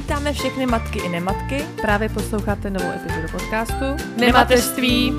Vítáme všechny matky i nematky. Právě posloucháte novou epizodu podcastu Nemateřství.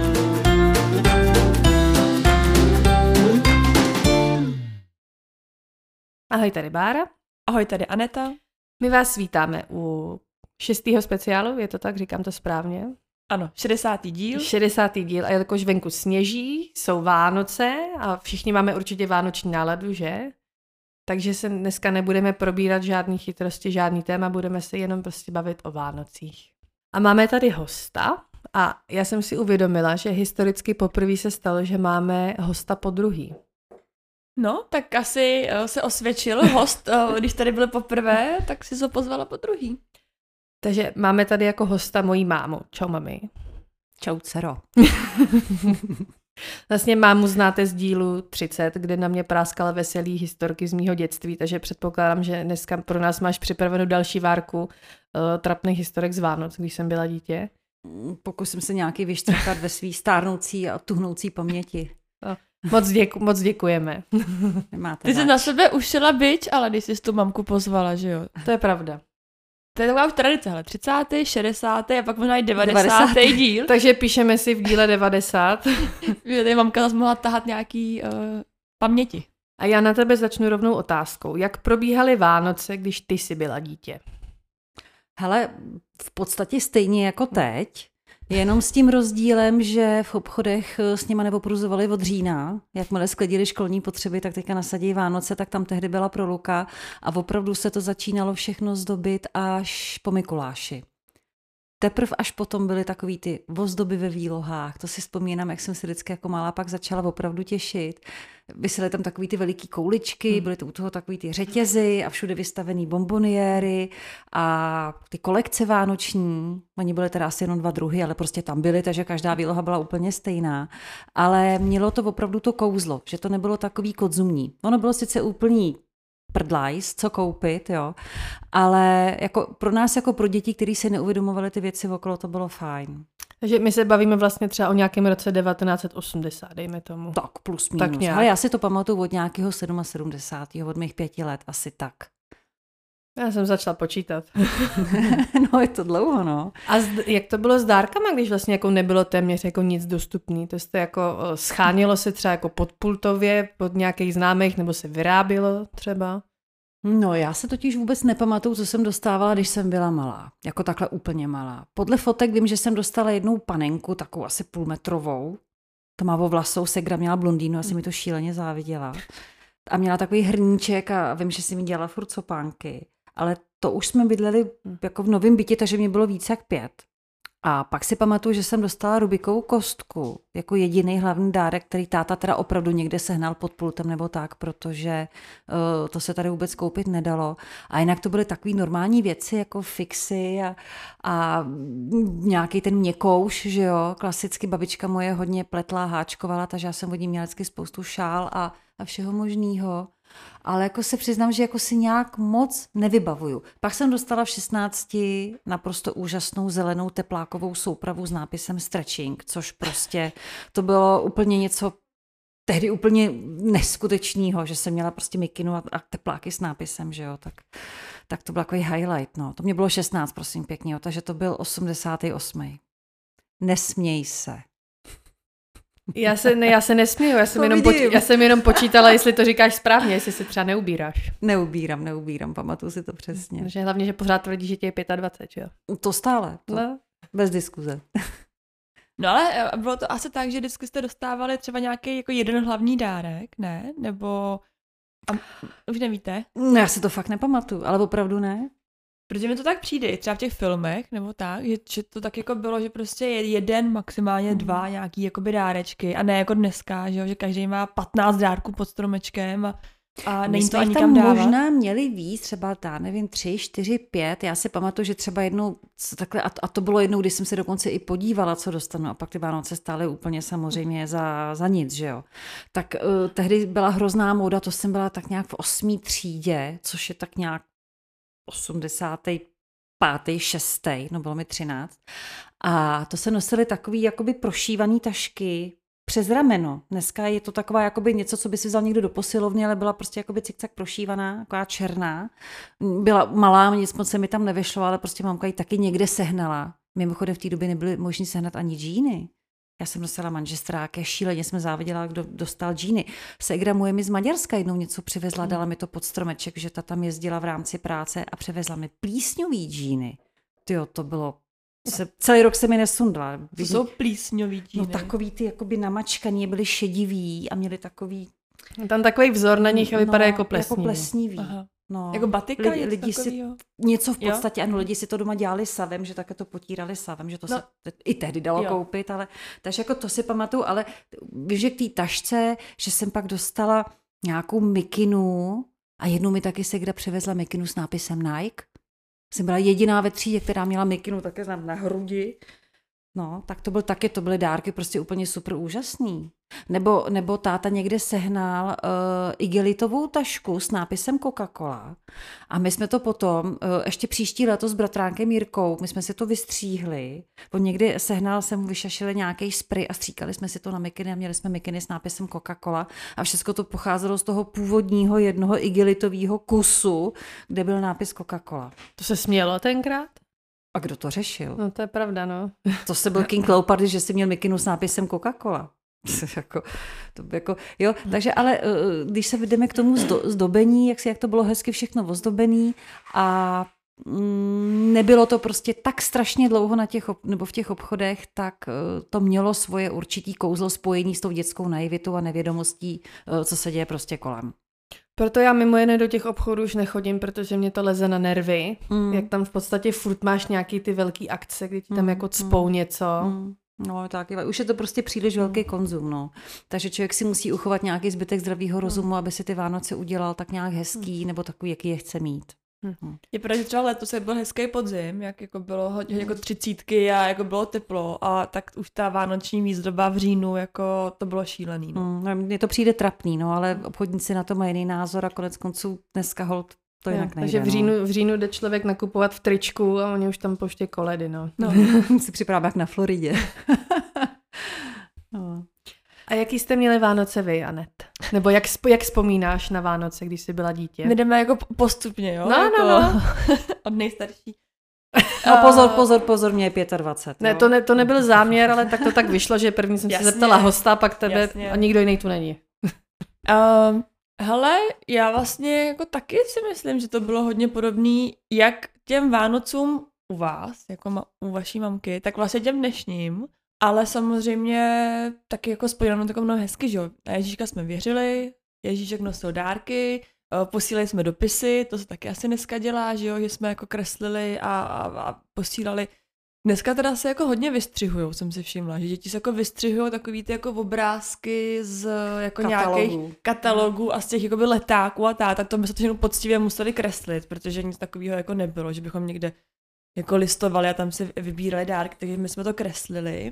Ahoj, tady Bára. Ahoj, tady Aneta. My vás vítáme u 6. speciálu, je to tak, říkám to správně? Ano, 60. díl. 60. díl a jelikož venku sněží, jsou Vánoce a všichni máme určitě vánoční náladu, že? Takže se dneska nebudeme probírat žádný chytrosti, žádný téma, budeme se jenom prostě bavit o Vánocích. A máme tady hosta a já jsem si uvědomila, že historicky poprvé se stalo, že máme hosta podruhý. No, tak asi se osvědčil host, když tady byl poprvé, tak si ho pozvala podruhý. Takže máme tady jako hosta moji mámu. Čau, mami. Čau, dcero. Vlastně mámu znáte z dílu 30, kde na mě práskala veselý historky z mýho dětství, takže předpokládám, že dneska pro nás máš připravenou další várku trapných historek z Vánoc, když jsem byla dítě. Pokusím se nějaký vyštřekat ve svý stárnoucí a tuhnoucí paměti. Moc děkujeme. Ty jsi na sebe ušila bič, ale když jsi tu mamku pozvala, že jo? To je pravda. To je taková už tradice, hele, 30., 60. a pak možná i 90. díl. Takže píšeme si v díle 90. Že tady mamka nás mohla tahat nějaký paměti. A já na tebe začnu rovnou otázkou. Jak probíhaly Vánoce, když ty jsi byla dítě? Hele, v podstatě stejně jako teď, jenom s tím rozdílem, že v obchodech s nima neopruzovali od října. Jakmile sklidili školní potřeby, tak teďka nasadí Vánoce, tak tam tehdy byla proluka a opravdu se to začínalo všechno zdobit až po Mikuláši. Teprv až potom byly takový ty ozdoby ve výlohách. To si vzpomínám, jak jsem se vždycky jako malá pak začala opravdu těšit. Vysely tam takový ty veliký kouličky, byly to u toho takový ty řetězy a všude vystavený bomboniéry a ty kolekce vánoční. Oni byly teda asi jenom 2 druhy, ale prostě tam byly, takže každá výloha byla úplně stejná. Ale mělo to opravdu to kouzlo, že to nebylo takový kodzumní. Ono bylo sice úplný prdlajs, co koupit, jo. Ale jako pro nás, jako pro děti, kteří si neuvědomovali ty věci okolo, to bylo fajn. Takže my se bavíme vlastně třeba o nějakém roce 1980, dejme tomu. Tak plus minus. Tak nějak. Ale já si to pamatuju od nějakého 77. od mých 5 let, asi tak. Já jsem začala počítat. No, je to dlouho, no. A jak to bylo s dárkama, když vlastně jako nebylo téměř jako nic dostupný? To jste jako schánělo se třeba jako podpultově, pod nějakých známých, nebo se vyrábělo třeba? No, já se totiž vůbec nepamatuju, co jsem dostávala, když jsem byla malá. Jako takhle úplně malá. Podle fotek vím, že jsem dostala jednou panenku, takovou asi půlmetrovou. Tmavovlasou, segra měla blondýnu, asi mi to šíleně záviděla. A měla takový hrníček a vím, že si mi dělala furt copánky. Ale to už jsme bydleli jako v novém bytě, takže mě bylo víc jak 5. A pak si pamatuju, že jsem dostala Rubikovou kostku jako jediný hlavní dárek, který táta teda opravdu někde sehnal pod pultem nebo tak, protože to se tady vůbec koupit nedalo. A jinak to byly takové normální věci jako fixy a nějaký ten měkouš, že jo. Klasicky babička moje hodně pletla, háčkovala, takže já jsem od ní měla vždycky spoustu šál a všeho možného. Ale jako se přiznám, že jako si nějak moc nevybavuju. Pak jsem dostala v 16 naprosto úžasnou zelenou teplákovou soupravu s nápisem stretching, což prostě to bylo úplně něco tehdy úplně neskutečného, že jsem měla prostě mikinu a tepláky s nápisem, že jo, tak to byl takový highlight, no. To mě bylo 16, prosím pěkně, jo, takže to byl 88. Nesměj se. Já se nesměju, já jsem jenom počítala, jestli to říkáš správně, jestli se třeba neubíráš. Neubírám, pamatuju si to přesně. Že hlavně, že pořád tvrdí, že tě je 25, jo? To stále, No. Bez diskuze. No ale bylo to asi tak, že vždycky jste dostávali třeba nějaký jako jeden hlavní dárek, ne? Nebo už nevíte? No, já si to fakt nepamatuju, ale opravdu ne. Protože mi to tak přijde, třeba v těch filmech, nebo tak, že to tak jako bylo, že prostě jeden, maximálně 2 nějaký jakoby dárečky a ne jako dneska, že každý má 15 dárků pod stromečkem a není to ani kam dávat. Možná měli víc, třeba nevím, 3, 4, 5, já si pamatuju, že třeba jednou takhle, a to bylo jednou, když jsem se dokonce i podívala, co dostanu a pak ty Vánoce stály úplně samozřejmě za nic, že jo. Tak tehdy byla hrozná móda, to jsem byla tak nějak v 8. třídě, což je tak nějak 85., 6., no bylo mi 13. A to se nosily takový jakoby prošívaný tašky přes rameno. Dneska je to taková jakoby něco, co by si vzal někdo do posilovny, ale byla prostě jakoby cikcak prošívaná, taková černá. Byla malá, nic moc se mi tam nevyšlo, ale prostě mamka ji taky někde sehnala. Mimochodem v té době nebyly možné sehnat ani džíny. Já jsem nosila manžestráky, šíleně jsme záviděla, kdo dostal džíny. Ségra moje mi z Maďarska jednou něco přivezla, dala mi to pod stromeček, že ta tam jezdila v rámci práce a přivezla mi plísňový džíny. Tyjo, to bylo... Celý rok se mi nesundla. To jsou plísňový džíny. No takový ty jakoby namačkaný, byly šedivý a měli takový... Tam takový vzor na nich a vypadá jako plesnivý. Jako plesnivý. Aha. No. Jako batika, lidi si něco v podstatě, ano, lidi si to doma dělali savem, že také to potírali savem, že to se i tehdy dalo koupit, ale takže jako to si pamatuju, ale víš, že k té tašce, že jsem pak dostala nějakou mikinu a jednou mi taky Segra přivezla mikinu s nápisem Nike. Jsem byla jediná ve třídě, která měla mikinu také na hrudi. No, tak to byly dárky prostě úplně super úžasný. Nebo táta někde sehnal igelitovou tašku s nápisem Coca-Cola a my jsme to potom, ještě příští leto s bratránkem Jirkou, my jsme si to vystříhli, on někdy sehnal, jsem vyšašili nějaký spray a stříkali jsme si to na mikiny a měli jsme mikiny s nápisem Coca-Cola a všechno to pocházelo z toho původního jednoho igelitového kusu, kde byl nápis Coca-Cola. To se smělo tenkrát? A kdo to řešil? No to je pravda, no. To se byl King Leopard, že si měl mikinu s nápisem Coca-Cola. Jo, takže ale když se jdeme k tomu zdobení, jak to bylo hezky všechno ozdobený a nebylo to prostě tak strašně dlouho nebo v těch obchodech, tak to mělo svoje určitý kouzlo spojení s tou dětskou naivitou a nevědomostí, co se děje prostě kolem. Proto já mimo jiné do těch obchodů už nechodím, protože mě to leze na nervy. Jak tam v podstatě furt máš nějaký ty velký akce, kdy ti tam jako cpou něco. No tak, už je to prostě příliš velký konzum, no. Takže člověk si musí uchovat nějaký zbytek zdravého rozumu, aby si ty Vánoce udělal tak nějak hezký, nebo takový, jaký je chce mít. Je pravda, že třeba letos byl hezký podzim, jak jako bylo hodně jako 30 a jako bylo teplo a tak už ta vánoční výzdoba v říjnu, jako to bylo šílený. No. Mně to přijde trapný, no, ale obchodníci na to mají jiný názor a konec konců dneska holt to jinak nejde. Takže v říjnu jde člověk nakupovat v tričku a oni už tam poště koledy, no. Si připadá jak na Floridě. No. A jaký jste měli Vánoce vy, Anet? Nebo jak vzpomínáš na Vánoce, když jsi byla dítě? My jdeme jako postupně, jo? No. Od nejstarší. Pozor, mě je 25. Ne, to nebyl záměr, ale tak to tak vyšlo, že první jsem se zeptala hosta, pak tebe a nikdo jiný tu není. Hele, já vlastně jako taky si myslím, že to bylo hodně podobný jak těm Vánocům u vás, jako u vaší mamky, tak vlastně těm dnešním, ale samozřejmě taky jako spojeno takovou mnoho hezky, že jo. Na Ježíška jsme věřili, Ježíšek nosil dárky, posílali jsme dopisy, to se taky asi dneska dělá, že jo, že jsme jako kreslili a posílali. Dneska teda se jako hodně vystřihujou, jsem si všimla, že děti se jako vystřihují takový ty jako obrázky z jako nějakých katalogů a z těch jakoby letáků a tak to my se to jenom poctivě museli kreslit, protože nic takového jako nebylo, že bychom někde jako listovali a tam si vybírali dárky, takže my jsme to kreslili.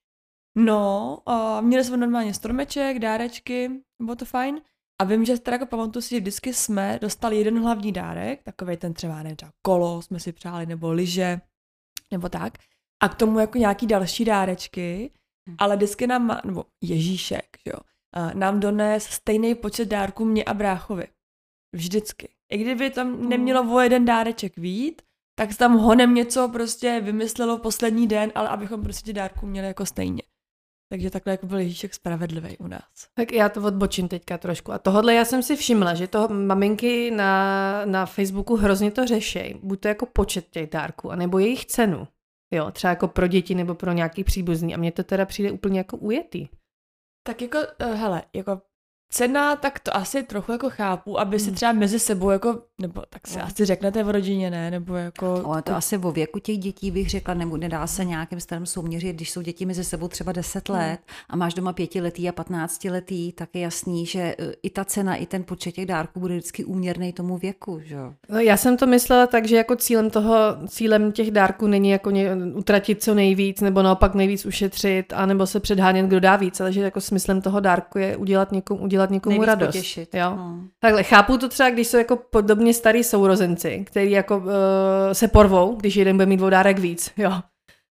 No, a měli jsme normálně stromeček, dárečky, bylo to fajn. A vím, že teda jako pamatuju si, že vždycky jsme dostali jeden hlavní dárek, takovej ten třeba, nevím, třeba kolo jsme si přáli, nebo lyže, nebo tak. A k tomu jako nějaký další dárečky, ale vždycky nám, nebo Ježíšek, jo, nám dones stejný počet dárků mě a bráchovi. Vždycky. I kdyby tam nemělo o jeden dáreček vít, tak tam honem něco prostě vymyslelo poslední den, ale abychom prostě dárků měli jako stejně. Takže takhle jako byl Ježíšek spravedlivý u nás. Tak já to odbočím teďka trošku. A tohle já jsem si všimla, že to maminky na Facebooku hrozně to řešejí. Buď to jako počet těch dárků, anebo jejich cenu. Jo, třeba jako pro děti nebo pro nějaký příbuzný. A mně to teda přijde úplně jako ujetý. Tak jako, hele, jako cena, tak to asi trochu jako chápu, aby si třeba mezi sebou jako, nebo tak si asi řeknete v rodině, ne? Nebo jako... Ale to asi o věku těch dětí bych řekla, nebo nedá se nějakým stylem souměřit, když jsou děti mezi sebou třeba 10 let a máš doma 5letý a 15letý, tak je jasný, že i ta cena, i ten počet těch dárků bude vždycky úměrný tomu věku, že? No, já jsem to myslela tak, že jako cílem těch dárků není jako utratit co nejvíc, nebo naopak nejvíc ušetřit, anebo se předhánět, kdo dá víc, ale že jako smyslem toho dárku je udělat někomu radost. Potěšit. Jo? Takhle, chápu to třeba, když jsou jako podobně starý sourozenci, kteří jako se porvou, když jeden bude mít dárek víc, jo.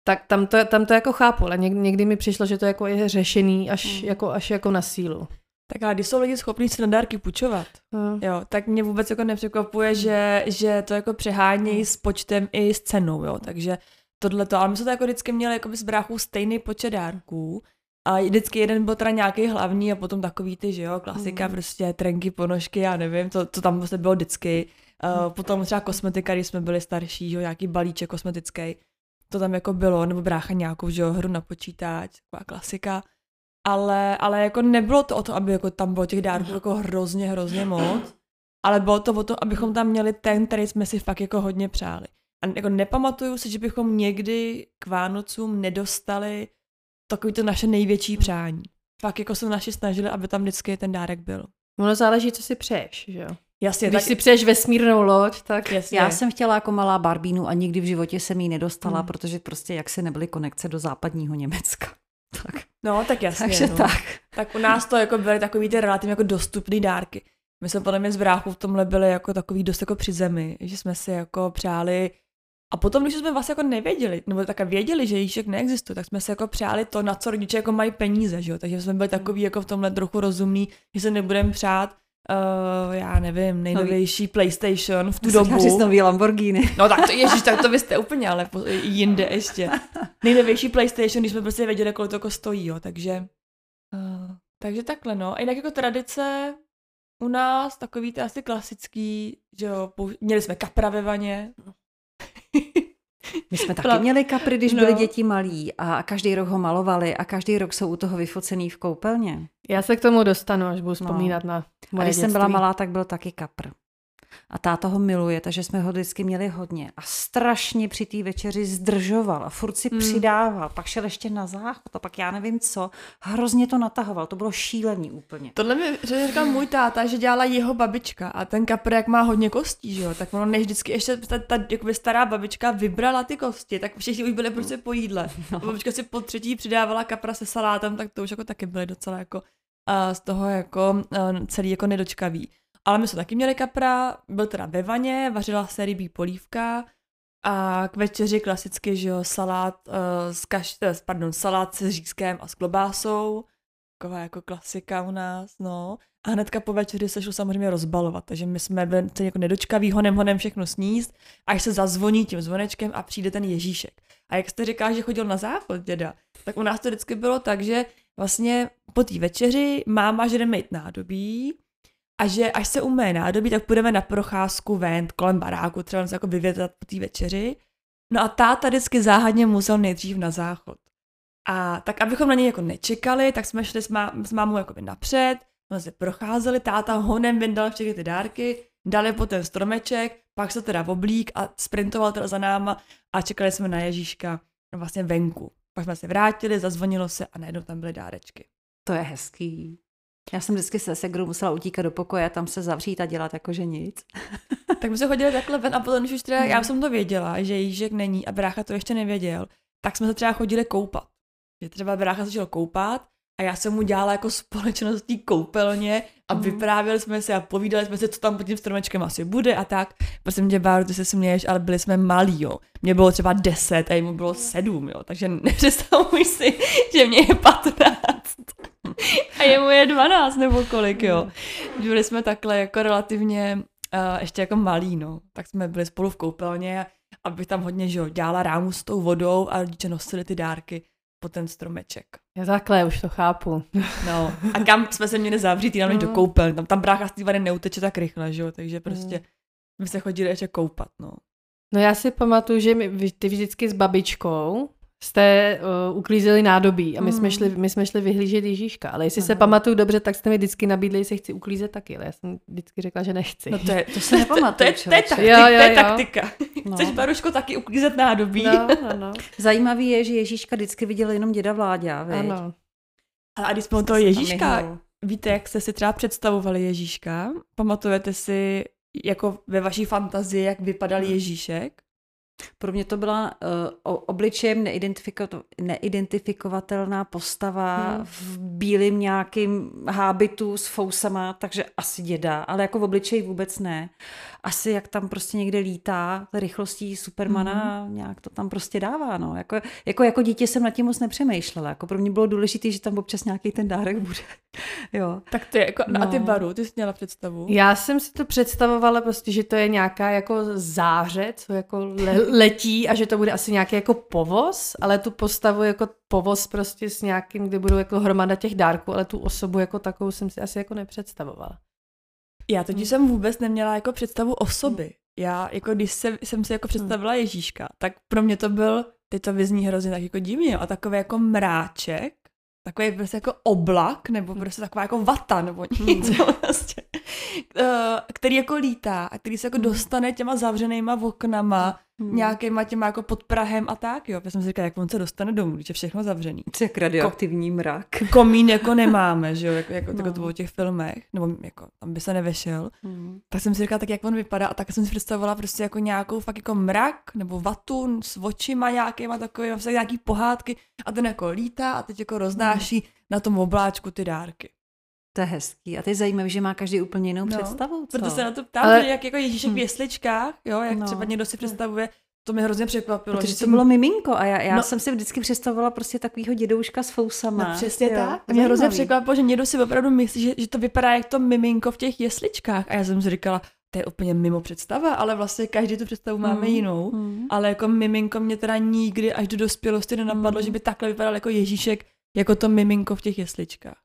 Tak tam to jako chápu, ale někdy mi přišlo, že to jako je řešený až jako na sílu. Tak ale když jsou lidi schopní si na dárky půjčovat, jo, tak mě vůbec jako nepřekvapuje, že to jako přehánějí s počtem i s cenou, jo, takže tohleto, ale my jsme to jako vždycky měli jako s bráchou stejný počet dárků a vždycky jeden byl teda nějaký hlavní a potom takový ty, že jo, klasika, prostě trenky, ponožky, já nevím, to tam vlastně bylo vždycky. Potom třeba kosmetika, když jsme byli starší, jo, nějaký balíček kosmetický, to tam jako bylo, nebo brácha nějakou, že jo, hru na počítač, taková klasika. Ale jako nebylo to o to, aby jako tam bylo těch dárků jako hrozně moc, ale bylo to o to, abychom tam měli ten, který jsme si fakt jako hodně přáli. A jako nepamatuju si, že bychom někdy k Vánocům nedostali takový to naše největší přání. Fakt jako se naši snažili, aby tam vždycky ten dárek byl. Ono záleží, co si přeješ, že jo? Jasně, když si přeješ vesmírnou loď, tak jasně. Já jsem chtěla jako malá Barbínu a nikdy v životě jsem jí nedostala, protože prostě jaksi nebyly konekce do západního Německa. Tak. No, tak jasně. Takže no. tak u nás to jako byly takový ty relativně jako dostupný dárky. My jsme podle mě s bráchou v tomhle byli jako takový dost jako při zemi, že jsme si jako přáli. A potom, když jsme vlastně jako nevěděli, nebo tak věděli, že Ježíšek neexistuje, tak jsme si jako přáli to, na co rodiče jako mají peníze, že jo? Takže jsme byli takový jako v tomhle trochu rozumný, že se nebudeme přát, já nevím, nejnovější PlayStation v tu dobu. Nový Lamborghini. No tak to, ježiš, tak to vy jste úplně, ale jinde ještě. Nejnovější PlayStation, když jsme prostě věděli, kolik to jako stojí, jo, takže takhle, no. A jinak jako tradice u nás, takový ty asi klasický, že jo, měli jsme kapra ve vaně. My jsme taky měli kapry, když byli děti malí a každý rok ho malovali a každý rok jsou u toho vyfocený v koupelně. Já se k tomu dostanu, až budu vzpomínat na moje když dětství. jsem byla malá, tak byl taky kapr. A táta ho miluje, takže jsme ho vždycky měli hodně. A strašně při té večeři zdržoval a furt si přidával. Pak šel ještě na záchod a pak já nevím co. Hrozně to natahoval, to bylo šílený úplně. Tohle mi říkal můj táta, že dělala jeho babička a ten kapr, jak má hodně kostí, že jo, tak ono než vždycky ještě ta stará babička vybrala ty kosti, tak všichni už byli prostě po jídle. No. Babička si po třetí přidávala kapra se salátem, tak to už jako taky byly docela jako z toho jako celý jako nedočkavý. Ale my jsme taky měli kapra, byl teda ve vaně, vařila se rybí polívka a k večeři klasicky, že jo, salát salát se řízkem a s klobásou, taková jako klasika u nás, no. A hnedka po večeři se šlo samozřejmě rozbalovat, takže my jsme byli jako nedočkaví, honem všechno sníst, až se zazvoní tím zvonečkem a přijde ten Ježíšek. A jak jste říkala, že chodil na záchod, děda, tak u nás to vždycky bylo tak, že vlastně po té večeři máma, že jdeme jít nádobí, a že až se umé nádobí, tak půjdeme na procházku ven kolem baráku, třeba se jako vyvětat po té večeři. No a táta vždycky záhadně musel nejdřív na záchod. A tak abychom na něj jako nečekali, tak jsme šli s mámou jakoby napřed, jsme se procházeli, táta honem vyndal všechny ty dárky, dali po ten stromeček, pak se teda oblík a sprintoval teda za náma a čekali jsme na Ježíška vlastně venku. Pak jsme se vrátili, zazvonilo se a najednou tam byly dárečky. To je hezký. Já jsem vždycky se segrou musela utíkat do pokoje, tam se zavřít a dělat jakože nic. Tak my jsme chodili takhle ven a potom, když už teda, já jsem to věděla, že Ježíšek není a brácha to ještě nevěděl, tak jsme se třeba chodili koupat. Že třeba brácha se šel koupat a já jsem mu dělala jako společnost té koupelně a vyprávěli jsme se a povídali jsme se, co tam pod tím stromečkem asi bude a tak. Prosím tě, Báro, ty se směješ, ale byli jsme malí, jo. Mně bylo třeba 10 a jemu bylo 7, jo. Takže nepředstavuj si, že mě je 15. A jemu je 12 nebo kolik, jo. Byli jsme takhle jako relativně ještě jako malí, no. Tak jsme byli spolu v koupelně, abych tam hodně, že jo, dělala rámu s tou vodou a rodiče nosili ty dárky po ten stromeček. Já takhle už to chápu. No. A kam jsme se měli zavřít, jenom do koupelny. Tam brácha z té vany neuteče tak rychle, že jo. Takže prostě my se chodili ještě koupat, no. No já si pamatuju, že ty vždycky s babičkou jste uklízeli nádobí a my jsme šli vyhlížet Ježíška, ale jestli se pamatuju dobře, tak jste mi vždycky nabídli, jestli chci uklízet taky, ale já jsem vždycky řekla, že nechci. No to se nepamatuju. To je taktika. No. Chceš, Baruško, taky uklízet nádobí? No. Zajímavý je, že Ježíška vždycky viděl jenom děda Vláďa, viď? Ano. A když jsme toho Ježíška, víte, jak jste si třeba představovali Ježíška? Pamatujete si jako ve vaší fantazii, jak vypadal Ježíšek? Pro mě to byla obličejem neidentifikovatelná postava v bílém nějakým hábitu s fousama, takže asi děda, ale jako v obličeji vůbec ne. Asi jak tam prostě někde lítá rychlostí Supermana, nějak to tam prostě dává. No. Jako dítě jsem nad tím moc nepřemýšlela. Jako pro mě bylo důležité, že tam občas nějaký ten dárek bude. Jo. Tak to je jako, no. A ty Baru, ty jsi měla představu? Já jsem si to představovala prostě, že to je nějaká jako záře, co jako letí a že to bude asi nějaký jako povoz, ale tu postavu jako povoz prostě s nějakým, kde budou jako hromada těch dárků, ale tu osobu jako takovou jsem si asi jako nepředstavovala. Já totiž jsem vůbec neměla jako představu osoby. Já jako když jsem si jako představila Ježíška, tak pro mě to byl, teď to vyzní hrozně tak jako divně, a takový jako mráček, takový prostě jako oblak, nebo prostě taková jako vata, nebo něco prostě, který jako lítá a který se jako dostane těma zavřenýma oknama, nějakýma těma jako pod prahem a tak, jo. Já jsem si říkala, jak on se dostane domů, když je všechno zavřený. To je radioaktivní mrak. Komín jako nemáme, že jo, jako to bylo v těch filmech, nebo jako tam by se nevešel. Tak jsem si říkala, tak jak on vypadá, a tak jsem si představovala prostě jako nějakou fakt jako mrak, nebo vatu s očima nějakýma takovýma, nějaký pohádky a ten jako lítá a teď jako roznáší na tom obláčku ty dárky. To je hezký. A to je zajímavé, že má každý úplně jinou představu. Proto se na to ptám, ale jak jako Ježíšek v jesličkách, jo, jak třeba někdo si představuje, to mě hrozně překvapilo. Protože to bylo miminko a já jsem si vždycky představovala prostě takovýho dědouška s fousama. No, přesně tak. A mě hrozně překvapilo, že někdo si opravdu myslí, že to vypadá jak to miminko v těch jesličkách. A já jsem si říkala, to je úplně mimo představa, ale vlastně každý tu představu máme jinou. Ale jako miminko mě teda nikdy až do dospělosti nenapadlo, že by takhle vypadal jako Ježíšek, jako to miminko v těch jesličkách.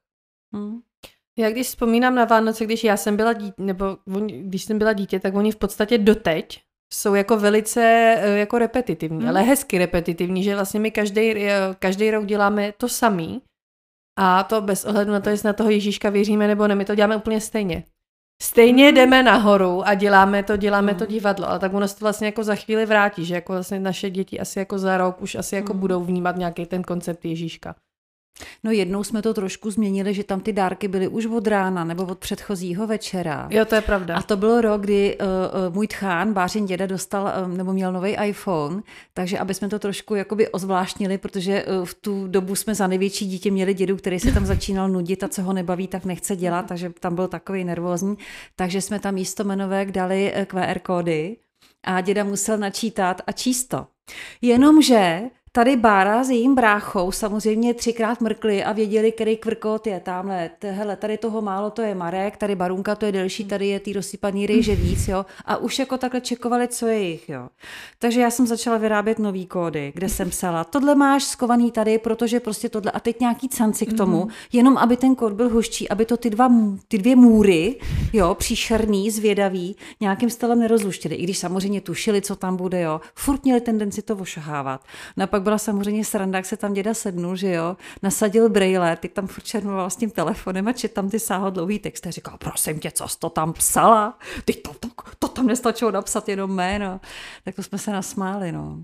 Já když vzpomínám na Vánoce, když já jsem byla dítě, nebo když jsem byla dítě, tak oni v podstatě doteď jsou jako velice jako repetitivní, ale hezky repetitivní, že vlastně my každý rok děláme to samý a to bez ohledu na to, jestli na toho Ježíška věříme nebo ne, my to děláme úplně stejně. Stejně jdeme nahoru a děláme to divadlo, ale tak ono se to vlastně jako za chvíli vrátí, že jako vlastně naše děti asi jako za rok už asi jako budou vnímat nějaký ten koncept Ježíška. No jednou jsme to trošku změnili, že tam ty dárky byly už od rána nebo od předchozího večera. Jo, to je pravda. A to bylo rok, kdy můj tchán, Bářin děda, dostal nebo měl nový iPhone, takže aby jsme to trošku jakoby ozvláštnili, protože v tu dobu jsme za největší dítě měli dědu, který se tam začínal nudit a co ho nebaví, tak nechce dělat, takže tam byl takový nervózní. Takže jsme tam místo jmenovek dali QR kódy a děda musel načítat a číst to. Jenomže tady Bára s jejím bráchou samozřejmě 3krát mrkli a věděli, který kvrkot je tamhle. Hele, tady toho málo, to je Marek, tady Barunka, to je delší, tady je tý rozsypaný rejže víc, jo. A už jako takhle čekovali, co je jich, jo. Takže já jsem začala vyrábět nový kódy, kde jsem psala, tohle máš skovaný tady, protože prostě tohle, a teď nějaký canci k tomu, jenom aby ten kód byl hořčí, aby to ty dvě můry, jo, příšerný, zvědavý, nějakým stylem nerozluštili, i když samozřejmě tušili, co tam bude, jo. Furt měli tendenci to ošahávat. Pak byla samozřejmě sranda, jak se tam děda sednul, že jo, nasadil brejle, ty tam furt černoval s tím telefonem a čet tam ty sáhodlouhý text a říkal, prosím tě, co jsi to tam psala? Ty to tam nestačilo napsat jenom jméno. Tak to jsme se nasmáli, no.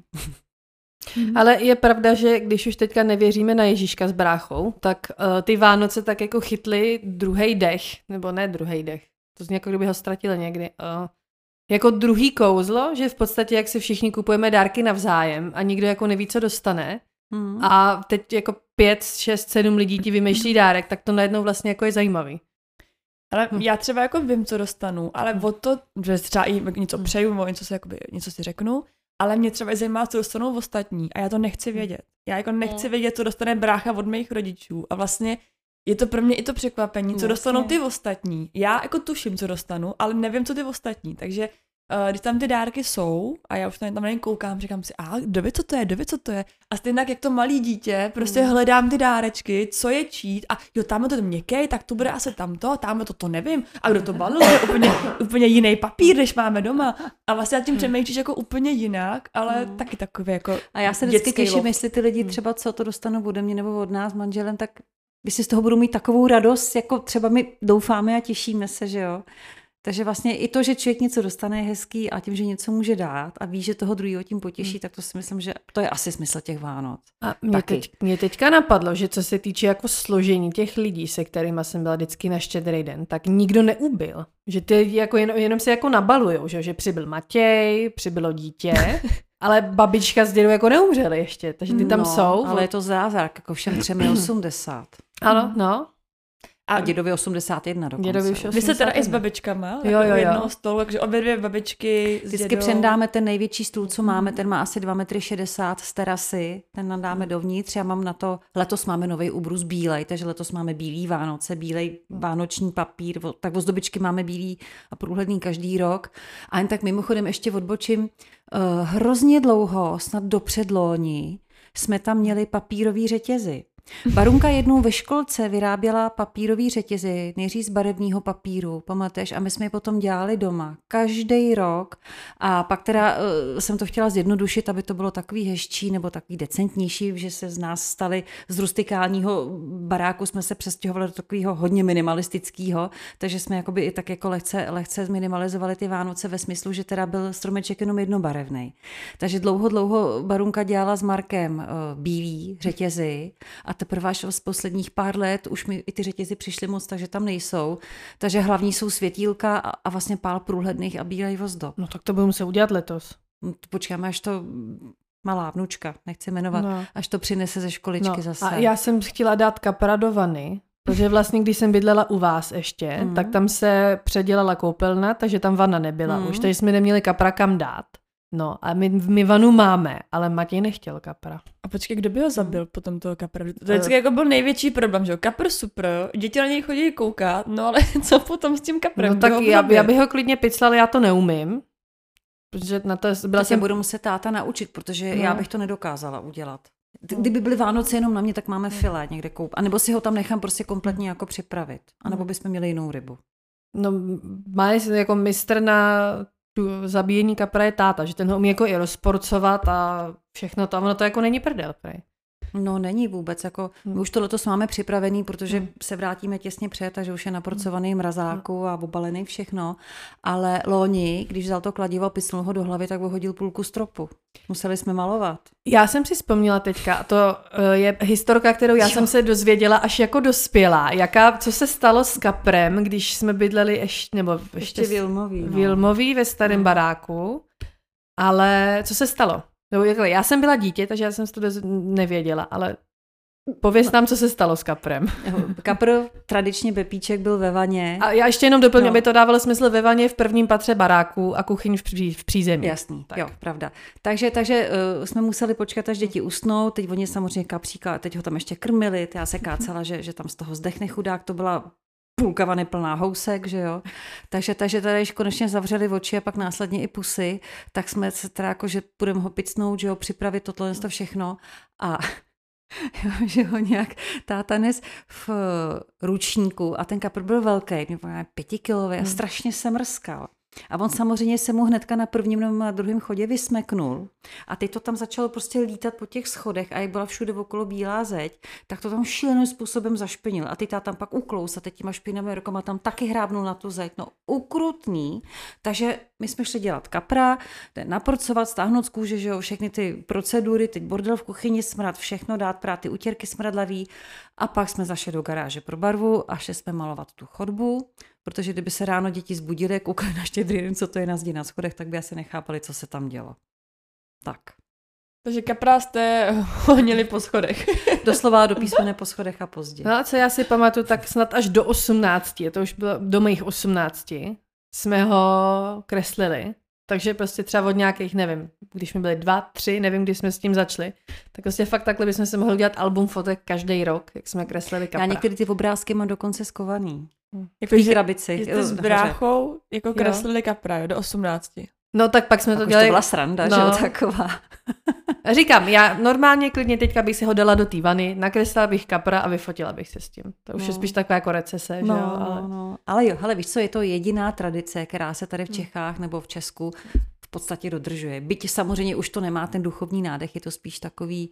Ale je pravda, že když už teďka nevěříme na Ježíška s bráchou, tak ty Vánoce tak jako chytly druhý dech, nebo ne druhý dech, to zní jako kdyby ho ztratili někdy. Jako druhý kouzlo, že v podstatě jak si všichni kupujeme dárky navzájem a nikdo jako neví, co dostane a teď jako 5, 6, 7 lidí ti vymýšlí dárek, tak to najednou vlastně jako je zajímavý. Ale já třeba jako vím, co dostanu, ale o to, že třeba i něco přeju, nebo něco si řeknu, ale mě třeba zajímá, co dostanou ostatní a já to nechci vědět. Já jako nechci vědět, co dostane brácha od mých rodičů a vlastně je to pro mě i to překvapení, co dostanou ty ostatní. Já jako tuším, co dostanu, ale nevím, co ty ostatní, takže když tam ty dárky jsou a já už tam na ně koukám, říkám si, kdo ví, co to je. A stejně jak to malý dítě, prostě hledám ty dárečky, co je čít a jo, tam je to měkkej, tak to bude asi tamto, tam je to nevím. A kdo to balil, je úplně jiný papír, než máme doma. A vlastně tím přemýšlíš jako úplně jinak, ale taky takový jako a já se vždycky těším, jestli ty lidi třeba co to dostanou ode mě nebo od nás s manželem, tak by si z toho budou mít takovou radost, jako třeba my doufáme a těšíme se, že jo. Takže vlastně i to, že člověk něco dostane, je hezký a tím, že něco může dát a ví, že toho druhého tím potěší, tak to si myslím, že to je asi smysl těch Vánoc. A mě teďka napadlo, že co se týče jako složení těch lidí, se kterými jsem byla vždycky na Štědrý den, tak nikdo neubyl. Že ty jako jenom se jako nabalujou, že přibyl Matěj, přibylo dítě Ale babička s dědou jako neumřeli ještě, takže ty tam jsou. Ale je to zázrak, jako všem 3,80. Ano, no. A dědovi 81 dokonce. Dědovi už Vy jste teda i s babičkama? Jo. Jednoho stolu, takže obě dvě babičky s Vždycky dědou. přendáme ten největší stůl, co máme, ten má asi 2,60 m z terasy, ten nadáme dovnitř. Já mám na to, letos máme nový ubrus bílej, takže letos máme bílý Vánoce, bílej vánoční papír, tak ozdobičky máme bílý a průhledný každý rok. A jen tak mimochodem ještě odbočím, hrozně dlouho, snad do předloni, jsme tam měli papírový řetězy. Barunka jednou ve školce vyráběla papírový řetězy, nejdřív z barevného papíru, pamatuješ? A my jsme je potom dělali doma, každý rok. A pak teda jsem to chtěla zjednodušit, aby to bylo takový hezčí nebo takový decentnější, že se z nás stali z rustikálního baráku, jsme se přestěhovali do takového hodně minimalistického, takže jsme jakoby i tak jako lehce zminimalizovali ty Vánoce ve smyslu, že teda byl stromeček jenom jednobarevnej. Takže dlouho Barunka dělala s Markem bílý řetězy a teprve až z posledních pár let už mi i ty řetězy přišly moc, takže tam nejsou. Takže hlavní jsou světýlka a vlastně pár průhledných a bílej ozdob. No tak to budeme muset udělat letos. Počkáme, až to malá vnučka, nechci jmenovat, až to přinese ze školičky zase. A já jsem chtěla dát kapra do vany, protože vlastně, když jsem bydlela u vás ještě, tak tam se předělala koupelna, takže tam vana nebyla už, takže jsme neměli kapra kam dát. No a my vanu máme, ale Matěj nechtěl kapra. A počkej, kdo by ho zabil potom toho kapra? To vždycky jako byl největší problém, že jo? Kapr super, děti na něj chodí koukat, no ale co potom s tím kaprem? No tak já bych ho klidně piclal, já to neumím. Protože na to byla jsem... budu muset táta naučit, protože já bych to nedokázala udělat. Kdyby byly Vánoce jenom na mě, tak máme filé někde A nebo si ho tam nechám prostě kompletně jako připravit. A nebo bychom měli jinou rybu. No má jako mistr na zabíjení kapra je táta, že ten ho umí jako i rozporcovat a všechno to. A ono to jako není prdel, prej. No není vůbec, jako my už to letos máme připravený, protože se vrátíme těsně před, takže už je naporcovaný mrazáku a obalený všechno, ale loni, když vzal to kladivo a picnul ho do hlavy, tak vyhodil půlku stropu. Museli jsme malovat. Já jsem si vzpomněla teďka, to je historka, kterou já jsem se dozvěděla až jako dospělá. Co se stalo s kaprem, když jsme bydleli ještě v Vilmový ve starém baráku, ale co se stalo? No, já jsem byla dítě, takže já jsem to nevěděla, ale pověz nám, co se stalo s kaprem. Kapr, tradičně Pepíček, byl ve vaně. A já ještě jenom doplním, aby to dávalo smysl, ve vaně v prvním patře baráku a kuchyň v přízemí. Jasný, tak. Jo, pravda. Takže jsme museli počkat, až děti usnou, teď oni samozřejmě kapříka, teď ho tam ještě krmili, já se kácela, že tam z toho zdechne chudák, to byla půlka vany plná housek, že jo. Takže tady, když konečně zavřeli oči a pak následně i pusy, tak jsme se teda jako, že půjdeme ho picnout, že jo, připravit tohle všechno a že ho nějak táta nes v ručníku a ten kapr byl velký, mě 5kilový a strašně se mrskal. A on samozřejmě se mu hnedka na prvním nebo na druhém chodě vysmeknul. A teď to tam začalo prostě lítat po těch schodech a jak byla všude okolo bílá zeď, tak to tam šíleným způsobem zašpinil. A teď tam pak uklous a teď těma špinavými rukama tam taky hrábnul na tu zeď. No ukrutný. Takže my jsme šli dělat kapra, naporcovat, stáhnout z kůže, že jo, všechny ty procedury, teď bordel v kuchyni, smrad, všechno dát, prát ty utěrky smradlavý. A pak jsme zašli do garáže pro barvu a šli jsme malovat tu chodbu. Protože kdyby se ráno děti zbudily, koukali na Štědrý den, co to je na zdi na schodech, tak by asi nechápali, co se tam dělo. Tak. Takže kapra jste honili po schodech. Doslova do písmene po schodech a pozdě. No a co já si pamatuju, tak snad až do 18, to už bylo do mých 18, jsme ho kreslili. Takže prostě třeba od nějakých, nevím, když jsme byli 2, 3, nevím, kdy jsme s tím začali, tak prostě fakt takhle bychom se mohli udělat album fotek každý rok, jak jsme kreslili kapra. Já některé ty obrázky mám dokonce skovaný. Jako v krabici. Jste s bráchou jako kreslili kapra, jo, do 18. No tak pak jsme tak to dělali. To byla sranda, že jo, taková. Říkám, já normálně klidně teďka bych si ho dala do té vany, nakreslila bych kapra a vyfotila bych se s tím. To už je spíš taková jako recese, že jo. Ale jo, hele, víš co, je to jediná tradice, která se tady v Čechách nebo v Česku v podstatě dodržuje. Byť samozřejmě už to nemá ten duchovní nádech, je to spíš takový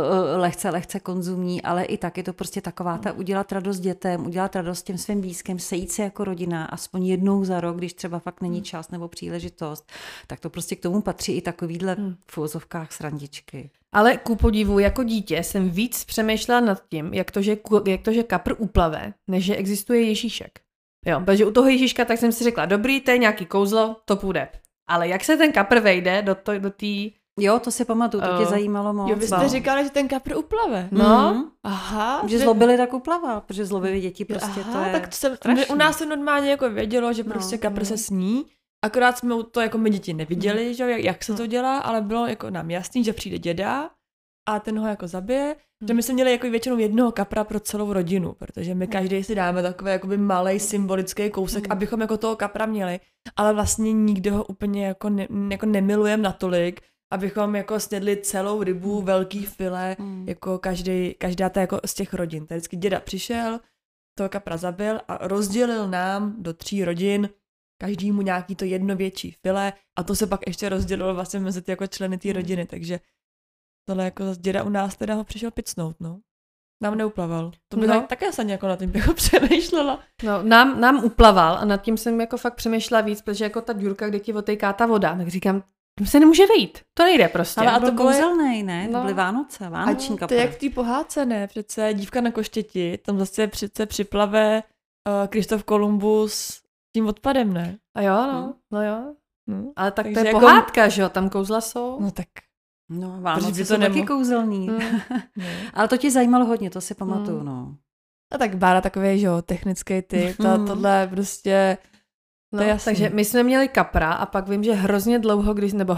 lehce konzumní, ale i tak je to prostě taková ta udělat radost dětem, udělat radost těm svým blízkým, sejít se jako rodina, aspoň jednou za rok, když třeba fakt není čas nebo příležitost, tak to prostě k tomu patří i takovýhle v uvozovkách srandičky. Ale ku podivu, jako dítě jsem víc přemýšlela nad tím, jak to, že kapr uplave, než že existuje Ježíšek. Jo, protože u toho Ježíška tak jsem si řekla, dobrý, to je nějaký kouzlo, to půjde. Ale jak se ten kapr vejde do té Jo, to si pamatuju, to tě zajímalo moc. Jo, vy jste říkali, že ten kapr uplave. No. Aha. Že zlobili, tak uplaval, protože zlobili děti prostě to je tak u nás se normálně jako vědělo, že prostě kapr se sní. Akorát jsme to jako my děti neviděli, že jak se to dělá, ale bylo jako nám jasný, že přijde děda a ten ho jako zabije. Že my jsme měli jako většinou jednoho kapra pro celou rodinu, protože my každý si dáme takový jakoby malej symbolický kousek, abychom jako toho kapra měli, ale vlastně nikdo ho úplně jako nemilujeme natolik, abychom jako snědli celou rybu, velký file, jako každá ta jako z těch rodin. Tady vždycky děda přišel, toho kapra zabil a rozdělil nám do 3 rodin každému nějaký to jedno větší file a to se pak ještě rozdělilo vlastně mezi ty jako členy té rodiny, takže tohle jako děda u nás teda ho přišel picnout, no. Nám neuplaval. To by také se jako na tím jako přemýšlela. No, nám uplaval a nad tím jsem jako fakt přemýšlela víc, protože jako ta džurka, kde ti otejká ta voda, tak říkám, tam se nemůže vejít. To nejde prostě. Ale a to kouzelnej, ne? To byly Vánoce, vánoční kapr. To je jak v té pohádce, ne? Přece dívka na koštěti, tam zase přece připlave Krištof Kolumbus tím odpadem, ne? A jo, no jo. Ale tak takže to je jako pohádka, že jo? Tam kouzla jsou. No tak. No, Vánoce jsou taky kouzelný. Ale to ti zajímalo hodně, to si pamatuju, no. A tak Bára takový, že jo, technický typ, tohle prostě, to je jasný. Takže my jsme měli kapra a pak vím, že hrozně dlouho,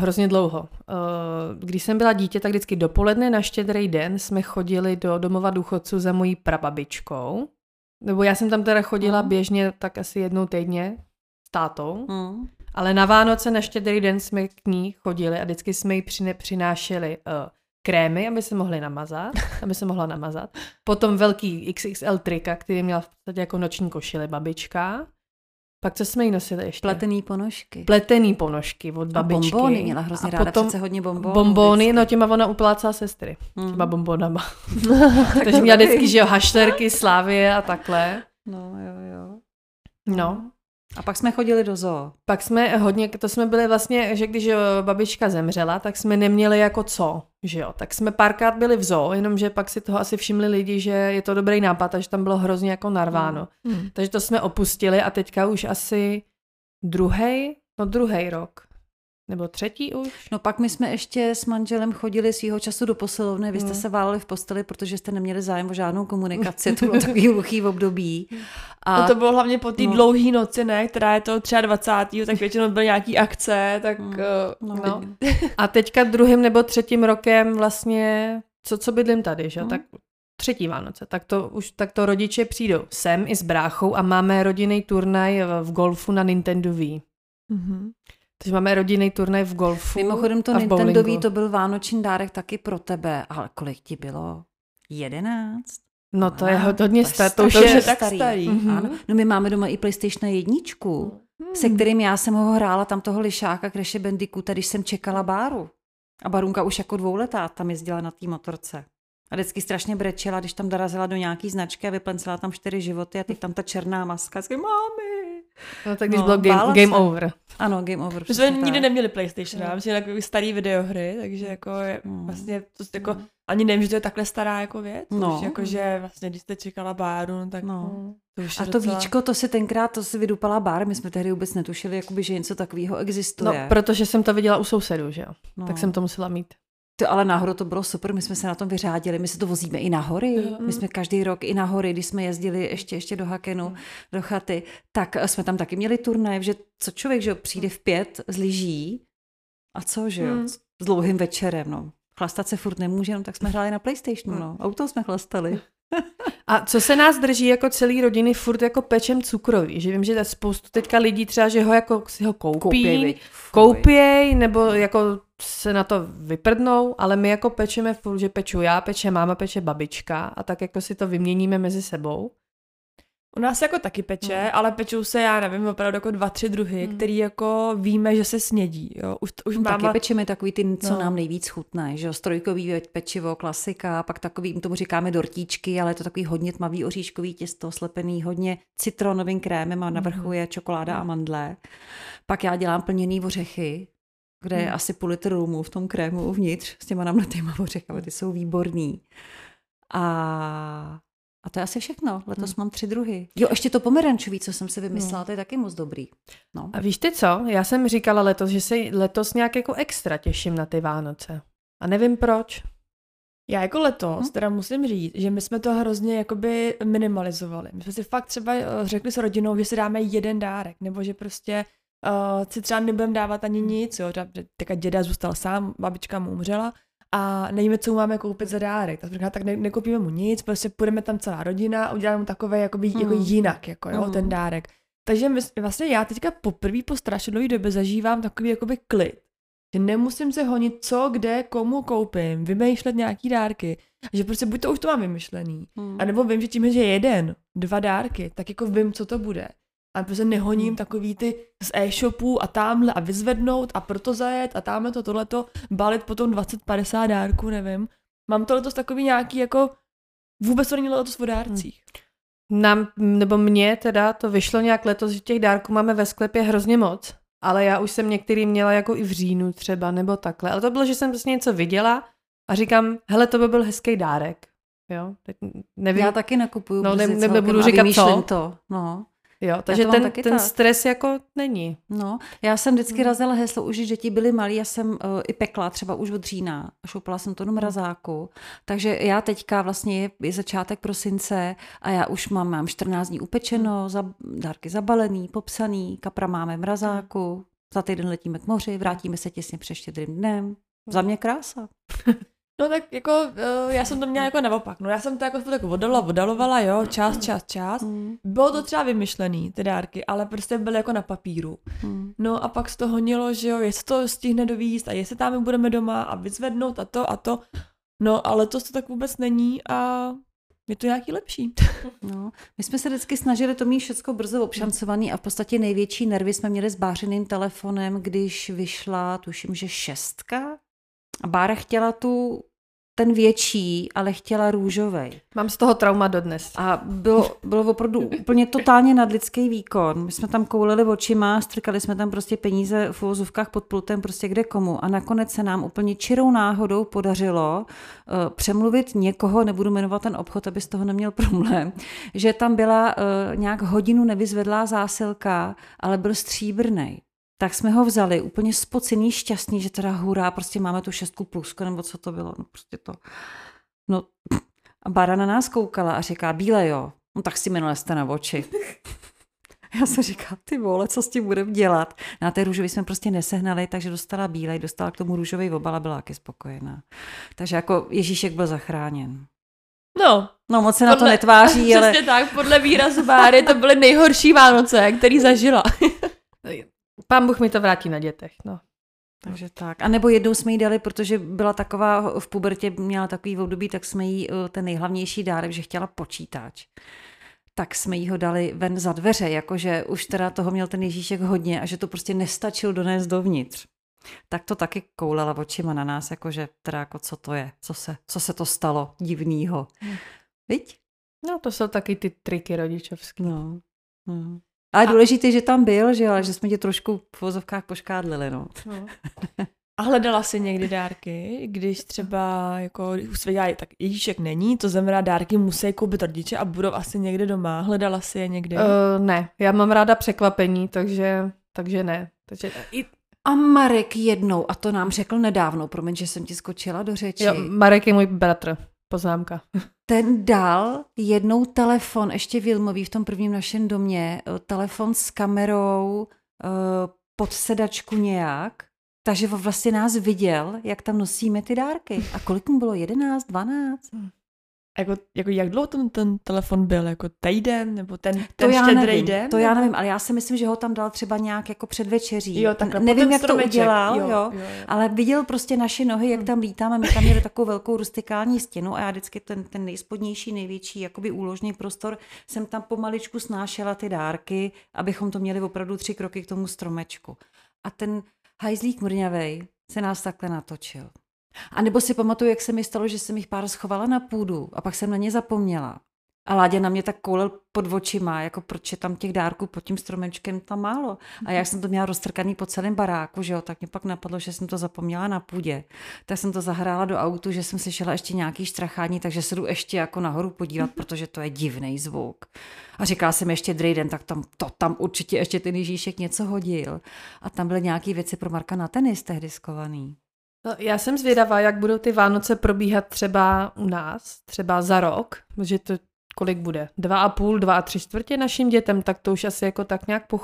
když jsem byla dítě, tak vždycky dopoledne na Štědrý den jsme chodili do domova důchodců za mojí prababičkou. Nebo já jsem tam teda chodila běžně tak asi jednou týdně s tátou. Ale na Vánoce na Štědrý den jsme k ní chodili a vždycky jsme jí přinášeli krémy, aby se mohla namazat. Potom velký XXL trika, který měla v podstatě jako noční košile babička. Pak co jsme jí nosili ještě? Pletený ponožky od babičky. A bonbóny měla hrozně ráda, přece hodně bonbónů. Bonbóny, no těma ona uplácala sestry. Těma bonbónama. Takže měla vždycky, že jo, hašterky, slávie a takhle. No, jo. No. A pak jsme chodili do zoo. Pak jsme to jsme byli vlastně, že když babička zemřela, tak jsme neměli jako co, že jo. Tak jsme párkrát byli v zoo, jenomže pak si toho asi všimli lidi, že je to dobrý nápad a že tam bylo hrozně jako narváno. Takže to jsme opustili a teďka už asi druhý rok. Nebo 3. už? No pak my jsme ještě s manželem chodili svýho času do posilovny, vy jste se váleli v posteli, protože jste neměli zájem o žádnou komunikaci, to bylo takový hluchý období. A to bylo hlavně po té dlouhé noci, ne, která je to 23. tak většinou byly nějaký akce, tak no. A teďka 2. nebo 3. rokem vlastně, co bydlím tady, že? Tak 3. Vánoce, tak to rodiče přijdou sem i s bráchou a máme rodinný turnaj v golfu na Nintendo Wii. Takže máme rodinný turnaj v golfu. Mimochodem to Nintendo Wii, to byl vánoční dárek taky pro tebe, ale kolik ti bylo? 11? No to je hodně starý. To už je tak starý. Ano. No my máme doma i PlayStation 1, se kterým já jsem ho hrála tam toho lišáka Crashe Bandicoota, když jsem čekala Báru. A Barunka už jako 2letá tam jezdila na té motorce. A vždycky strašně brečela, když tam dorazila do nějaký značky a vyplencela tam 4 životy a teď tam ta černá maska. Říkala, mámy. No tak když bylo game over. Ano, game over. My jsme nikdy neměli PlayStation, já myslím, takový starý videohry, takže jako vlastně to jako ani nevím, že to je takhle stará jako věc. No. Už jako, že vlastně, když jste čekala Báru, no, tak to už a to docela... víčko, to si vydupala Bár, my jsme tehdy vůbec netušili, jakoby, že něco takového existuje. No, protože jsem to viděla u sousedů, že jo. No. Tak jsem to musela mít. Ale nahoru to bylo super, my jsme se na tom vyřádili, my se to vozíme i na hory, my jsme každý rok i na hory, když jsme jezdili ještě do Hakenu, do chaty, tak jsme tam taky měli turnaj, že co člověk, že přijde v 5 z lyží a co, že jo, s dlouhým večerem, no. Chlastat se furt nemůže, no, tak jsme hráli na PlayStationu, no. Auto jsme chlastali. A co se nás drží jako celý rodiny furt jako pečem cukroví, že vím, že spoustu teďka lidí třeba, že ho jako si ho koupěj, nebo jako se na to vyprdnou, ale my jako pečeme furt, že peču já, peče máma, peče babička a tak jako si to vyměníme mezi sebou. U nás jako taky peče, ale pečou se, já nevím, opravdu jako 2-3 druhy, který jako víme, že se snědí. Jo. Už máma... Taky pečeme takový ty, co nám nejvíc chutná, že jo, strojkový pečivo, klasika, pak takový, tomu říkáme dortíčky, ale je to takový hodně tmavý oříškový těsto, slepený hodně citronovým krémem a na vrchu je čokoláda a mandle. Pak já dělám plněný ořechy, kde je asi půl litr rumu v tom krému uvnitř s těma namletýma ořechama, ty jsou výborný. A A to je asi všechno. Letos mám 3 druhy. Jo, ještě to pomerančový, co jsem si vymyslela, to je taky moc dobrý. No. A víš ty co? Já jsem říkala letos, že se letos nějak jako extra těším na ty Vánoce. A nevím proč. Já jako letos teda musím říct, že my jsme to hrozně jakoby minimalizovali. My jsme si fakt třeba řekli s rodinou, že si dáme jeden dárek, nebo že prostě si třeba nebudeme dávat ani nic, jo. Teďka děda zůstal sám, babička mu umřela a nevíme, co mu máme koupit za dárek. Tak nekoupíme mu nic, prostě půjdeme tam celá rodina a uděláme mu takové jakoby, jako jinak, jako jo, ten dárek. Takže vlastně já teďka poprvé po strašně dlouhé době zažívám takový jakoby klid. Že nemusím se honit, co, kde, komu koupím, vymýšlet nějaký dárky. Že prostě buď to už to mám vymyšlený, anebo vím, že tím, že 1, 2 dárky, tak jako vím, co to bude. A prostě nehoním takový ty z e-shopů a tamhle a vyzvednout a proto zajet a tamhle to, tohleto, balit potom 20-50 dárků, nevím. Mám to letos takový nějaký jako, vůbec to není letos o dárcích. Nám, nebo mně teda to vyšlo nějak letos, že těch dárků máme ve sklepě hrozně moc. Ale já už jsem některý měla jako i v říjnu třeba, nebo takhle. Ale to bylo, že jsem prostě něco viděla a říkám, hele, to by byl hezký dárek. Jo, teď nevím. Já taky nakupuju. No, nebudu říkat co. To. No. Jo, takže ten stres jako není. No, já jsem vždycky razila heslo, už když děti byly malí, já jsem i pekla třeba už od října, šoupala jsem to do mrazáku, takže já teďka vlastně je začátek prosince a já už mám 14 dní upečeno, dárky zabalený, popsaný, kapra máme v mrazáku, za týden letíme k moři, vrátíme se těsně před Štědrým dnem. Za mě krása. No tak jako já jsem to měla jako naopak. No já jsem to jako tak oddalovala, jo, čas. Bylo to třeba vymyšlený, ty dárky, ale prostě byly jako na papíru. No a pak z toho honilo, že jo, jestli to stihne dovízt a jestli tam my budeme doma a vyzvednout a to. No ale to tak vůbec není a je to nějaký lepší. No, my jsme se vždycky snažili to mít všecko brzo obšancovaný a v podstatě největší nervy jsme měli s Bářiným telefonem, když vyšla, tuším, že 6. A Bára chtěla ten větší, ale chtěla růžovej. Mám z toho trauma dodnes. A bylo opravdu úplně totálně nadlidský výkon. My jsme tam kouleli očima, strkali jsme tam prostě peníze v uvozovkách pod pultem prostě kde komu. A nakonec se nám úplně čirou náhodou podařilo přemluvit někoho, nebudu jmenovat ten obchod, aby z toho neměl problém, že tam byla nějak hodinu nevyzvedlá zásilka, ale byl stříbrnej. Tak jsme ho vzali, úplně spocený, šťastný, že teda hurá, prostě máme tu 6 plusko, nebo co to bylo, no prostě to. No a Bára na nás koukala a říká, bíle jo, no tak si mi nalezte na oči. Já jsem říkala, ty vole, co s tím budeme dělat? Na té růžový jsme prostě nesehnali, takže dostala bílej, dostala k tomu růžový obal a byla taky spokojená. Takže jako Ježíšek byl zachráněn. No moc se na to netváří, ale... Přesně tak, podle výrazu Báry to byly nejhorší Vánoce, který zažila. Pán Bůh mi to vrátí na dětech, no. Takže tak. A nebo jednou jsme jí dali, protože byla taková v pubertě, měla takový období, tak jsme jí ten nejhlavnější dárek, že chtěla počítač. Tak jsme jí ho dali ven za dveře, jakože už teda toho měl ten Ježíšek hodně a že to prostě nestačil donést dovnitř. Tak to taky koulala očima na nás, jakože teda jako co to je, co se to stalo divnýho. Viď? No to jsou taky ty triky rodičovské. No. Ale důležité, že tam byl, že, ale že jsme tě trošku v vozovkách poškádlili, no. A hledala jsi někdy dárky, když třeba jako už se věděla, tak Ježíšek není, to znamená dárky musí koupit rodiče a budou asi někde doma. Hledala jsi je někdy? Ne, já mám ráda překvapení, takže ne. Takže... A Marek jednou, a to nám řekl nedávno, promiň, že jsem ti skočila do řeči. Jo, Marek je můj bratr, poznámka. Ten dal jednou telefon, ještě Vilmový v tom prvním našem domě, telefon s kamerou pod sedačku nějak, takže vlastně nás viděl, jak tam nosíme ty dárky. A kolik mu bylo? 11, 12? Jako jak dlouho ten telefon byl? Jako týden? Nebo ten Štědrý den? To já nevím, ale já si myslím, že ho tam dal třeba nějak jako před večeří. Jo, takhle, nevím, jak to udělal, jo. Ale viděl prostě naše nohy, jak tam lítáme. My tam měli takovou velkou rustikální stěnu a já vždycky ten nejspodnější, největší jakoby úložný prostor jsem tam pomaličku snášela ty dárky, abychom to měli opravdu 3 kroky k tomu stromečku. A ten hajzlík mrňavej se nás takhle natočil. A nebo si pamatuju, jak se mi stalo, že jsem jich pár schovala na půdu a pak jsem na ně zapomněla. A Láďa na mě tak koulel pod očima, jako proč je tam těch dárků pod tím stromečkem tam málo. A já jsem to měla roztrkaný po celém baráku, že jo, tak mě pak napadlo, že jsem to zapomněla na půdě. Tak jsem to zahrála do autu, že jsem slyšela ještě nějaký štrachání, takže se jdu ještě jako nahoru podívat, protože to je divný zvuk. A říkala jsem ještě druhý den, tak tam určitě ještě ten Ježíšek něco hodil. A tam byly nějaké věci pro Marka na tenis tehdy skovaný. No, já jsem zvědavá, jak budou ty Vánoce probíhat třeba u nás, třeba za rok, protože to kolik bude? 2,5, 2 3/4 našim dětem, tak to už asi jako tak nějak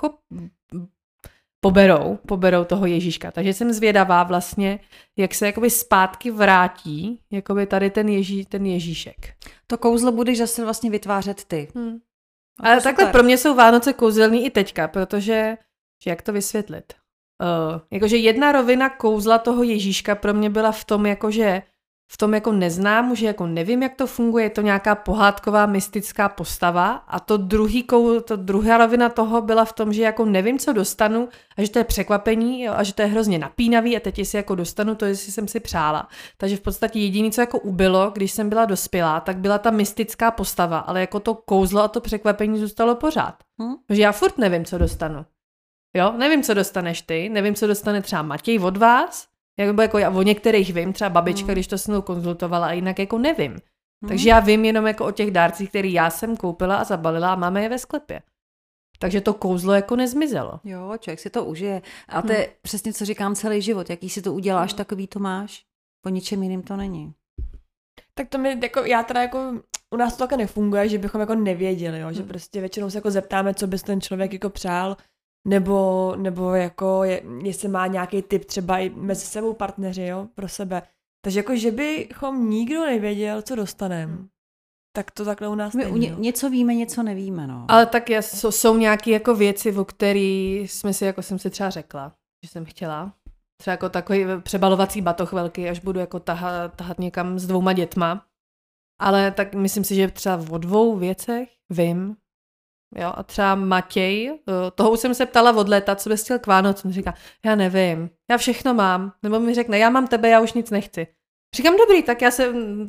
poberou toho Ježíška. Takže jsem zvědavá vlastně, jak se jakoby zpátky vrátí jakoby tady ten Ježíšek. To kouzlo budeš zase vlastně vytvářet ty. Ale takhle pro mě jsou Vánoce kouzelný i teďka, protože, jak to vysvětlit? Jakože jedna rovina kouzla toho Ježíška pro mě byla v tom, jakože v tom jako neznám, že jako nevím, jak to funguje, je to nějaká pohádková mystická postava a to druhá rovina toho byla v tom, že jako nevím, co dostanu a že to je překvapení, jo, a že to je hrozně napínavý a teď jestli jako dostanu to, jestli jsem si přála. Takže v podstatě jediné, co jako ubylo, když jsem byla dospělá, tak byla ta mystická postava, ale jako to kouzlo a to překvapení zůstalo pořád. Protože já furt nevím, co dostanu. Jo, nevím, co dostaneš ty, nevím, co dostane třeba Matěj od vás, jako já o některých vím, třeba babička, když to s mnou konzultovala, a jinak jako nevím. Takže já vím jenom jako o těch dárcích, který já jsem koupila a zabalila a máme je ve sklepě. Takže to kouzlo jako nezmizelo. Jo, člověk si to užije. A to je přesně, co říkám celý život. Jaký si to uděláš, takový to máš. Po ničem jiným to není. Tak to mi, jako, já teda jako, u nás to také nefunguje, že bychom jako nevěděli, jo? Že prostě většinou se jako zeptáme, co bys ten člověk jako přál, nebo jako jestli má nějaký tip třeba i mezi sebou partneři, jo, pro sebe. Takže jako, že bychom nikdo nevěděl, co dostaneme. Tak to takhle u nás není. Něco víme, něco nevíme, no. Ale tak jsou nějaké jako věci, o který jsme si, jako jsem si třeba řekla, že jsem chtěla. Třeba jako takový přebalovací batoh velký, až budu jako tahat někam s 2 dětma. Ale tak myslím si, že třeba o 2 věcech vím. Jo, a třeba Matěj, toho už jsem se ptala od léta, co bys chtěl k Vánocům. Říká, já nevím, já všechno mám. Nebo mi řekne, já mám tebe, já už nic nechci. Říkám, dobrý, tak já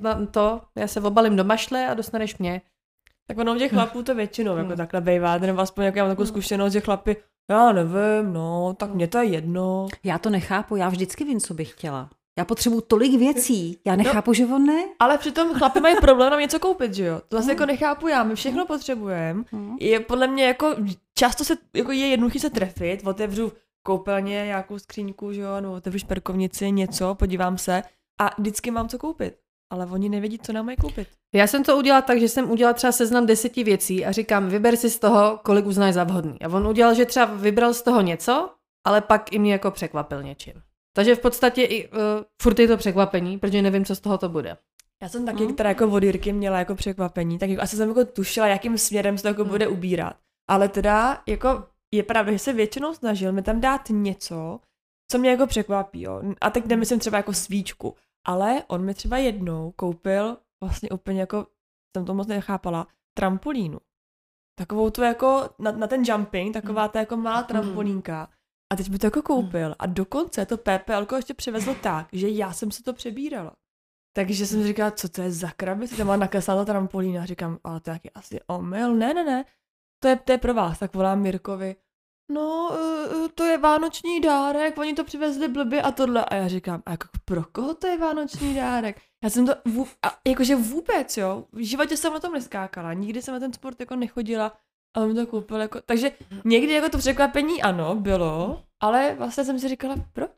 se obalím do mašle a dostaneš mě. Tak ono u těch chlapů to většinou jako takhle bejvá, nebo aspoň jak já mám takovou zkušenost, že chlapi, já nevím, no, tak mě to je jedno. Já to nechápu, já vždycky vím, co bych chtěla. Já potřebuju tolik věcí, já nechápu, že on ne. Ale přitom chlapi mají problém nám něco koupit, že jo? To zase jako nechápu já, my všechno potřebujeme. Je podle mě jako, často se, jako je jednoduchý se trefit, otevřu v koupelně nějakou skříňku, že jo, nebo otevřu šperkovnici, něco, podívám se a vždycky mám co koupit. Ale oni nevědí, co nám mají koupit. Já jsem to udělala tak, že jsem udělala třeba seznam 10 věcí a říkám, vyber si z toho, kolik uznáš za vhodný. A on udělal, že třeba vybral z toho něco, ale pak i mě jako překvapil něčím. Takže v podstatě i furt je to překvapení, protože nevím, co z toho to bude. Já jsem taky, která jako od Jirky měla jako překvapení, tak jako asi jsem jako tušila, jakým směrem se to jako bude ubírat. Ale teda jako je pravda, že se většinou snažil mi tam dát něco, co mě jako překvapí. Jo. A teď nemyslím třeba jako svíčku, ale on mi třeba jednou koupil vlastně úplně jako, jsem to moc nechápala, trampolínu. Takovou tu jako na ten jumping, taková ta jako malá trampolínka. A teď mi to jako koupil a dokonce to PPLko ještě přivezlo tak, že já jsem se to přebírala. Takže jsem říkala, co to je za krabice, to má nakreslána trampolína. Říkám, ale to je asi omyl. Ne, to je pro vás. Tak volám Mirkovi, no, to je vánoční dárek, oni to přivezli blbě a tohle. A já říkám, a jako pro koho to je vánoční dárek? Já jsem to, jakože vůbec, jo, v životě jsem na tom neskákala, nikdy jsem na ten sport jako nechodila. A on mi to koupil jako, takže někdy jako to překvapení ano, bylo, ale vlastně jsem si říkala, proč?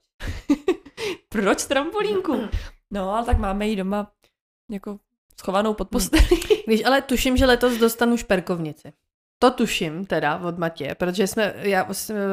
Proč trampolínku? No, ale tak máme ji doma jako schovanou pod postelí. Víš, ale tuším, že letos dostanu šperkovnici. To tuším teda od Matěje, protože já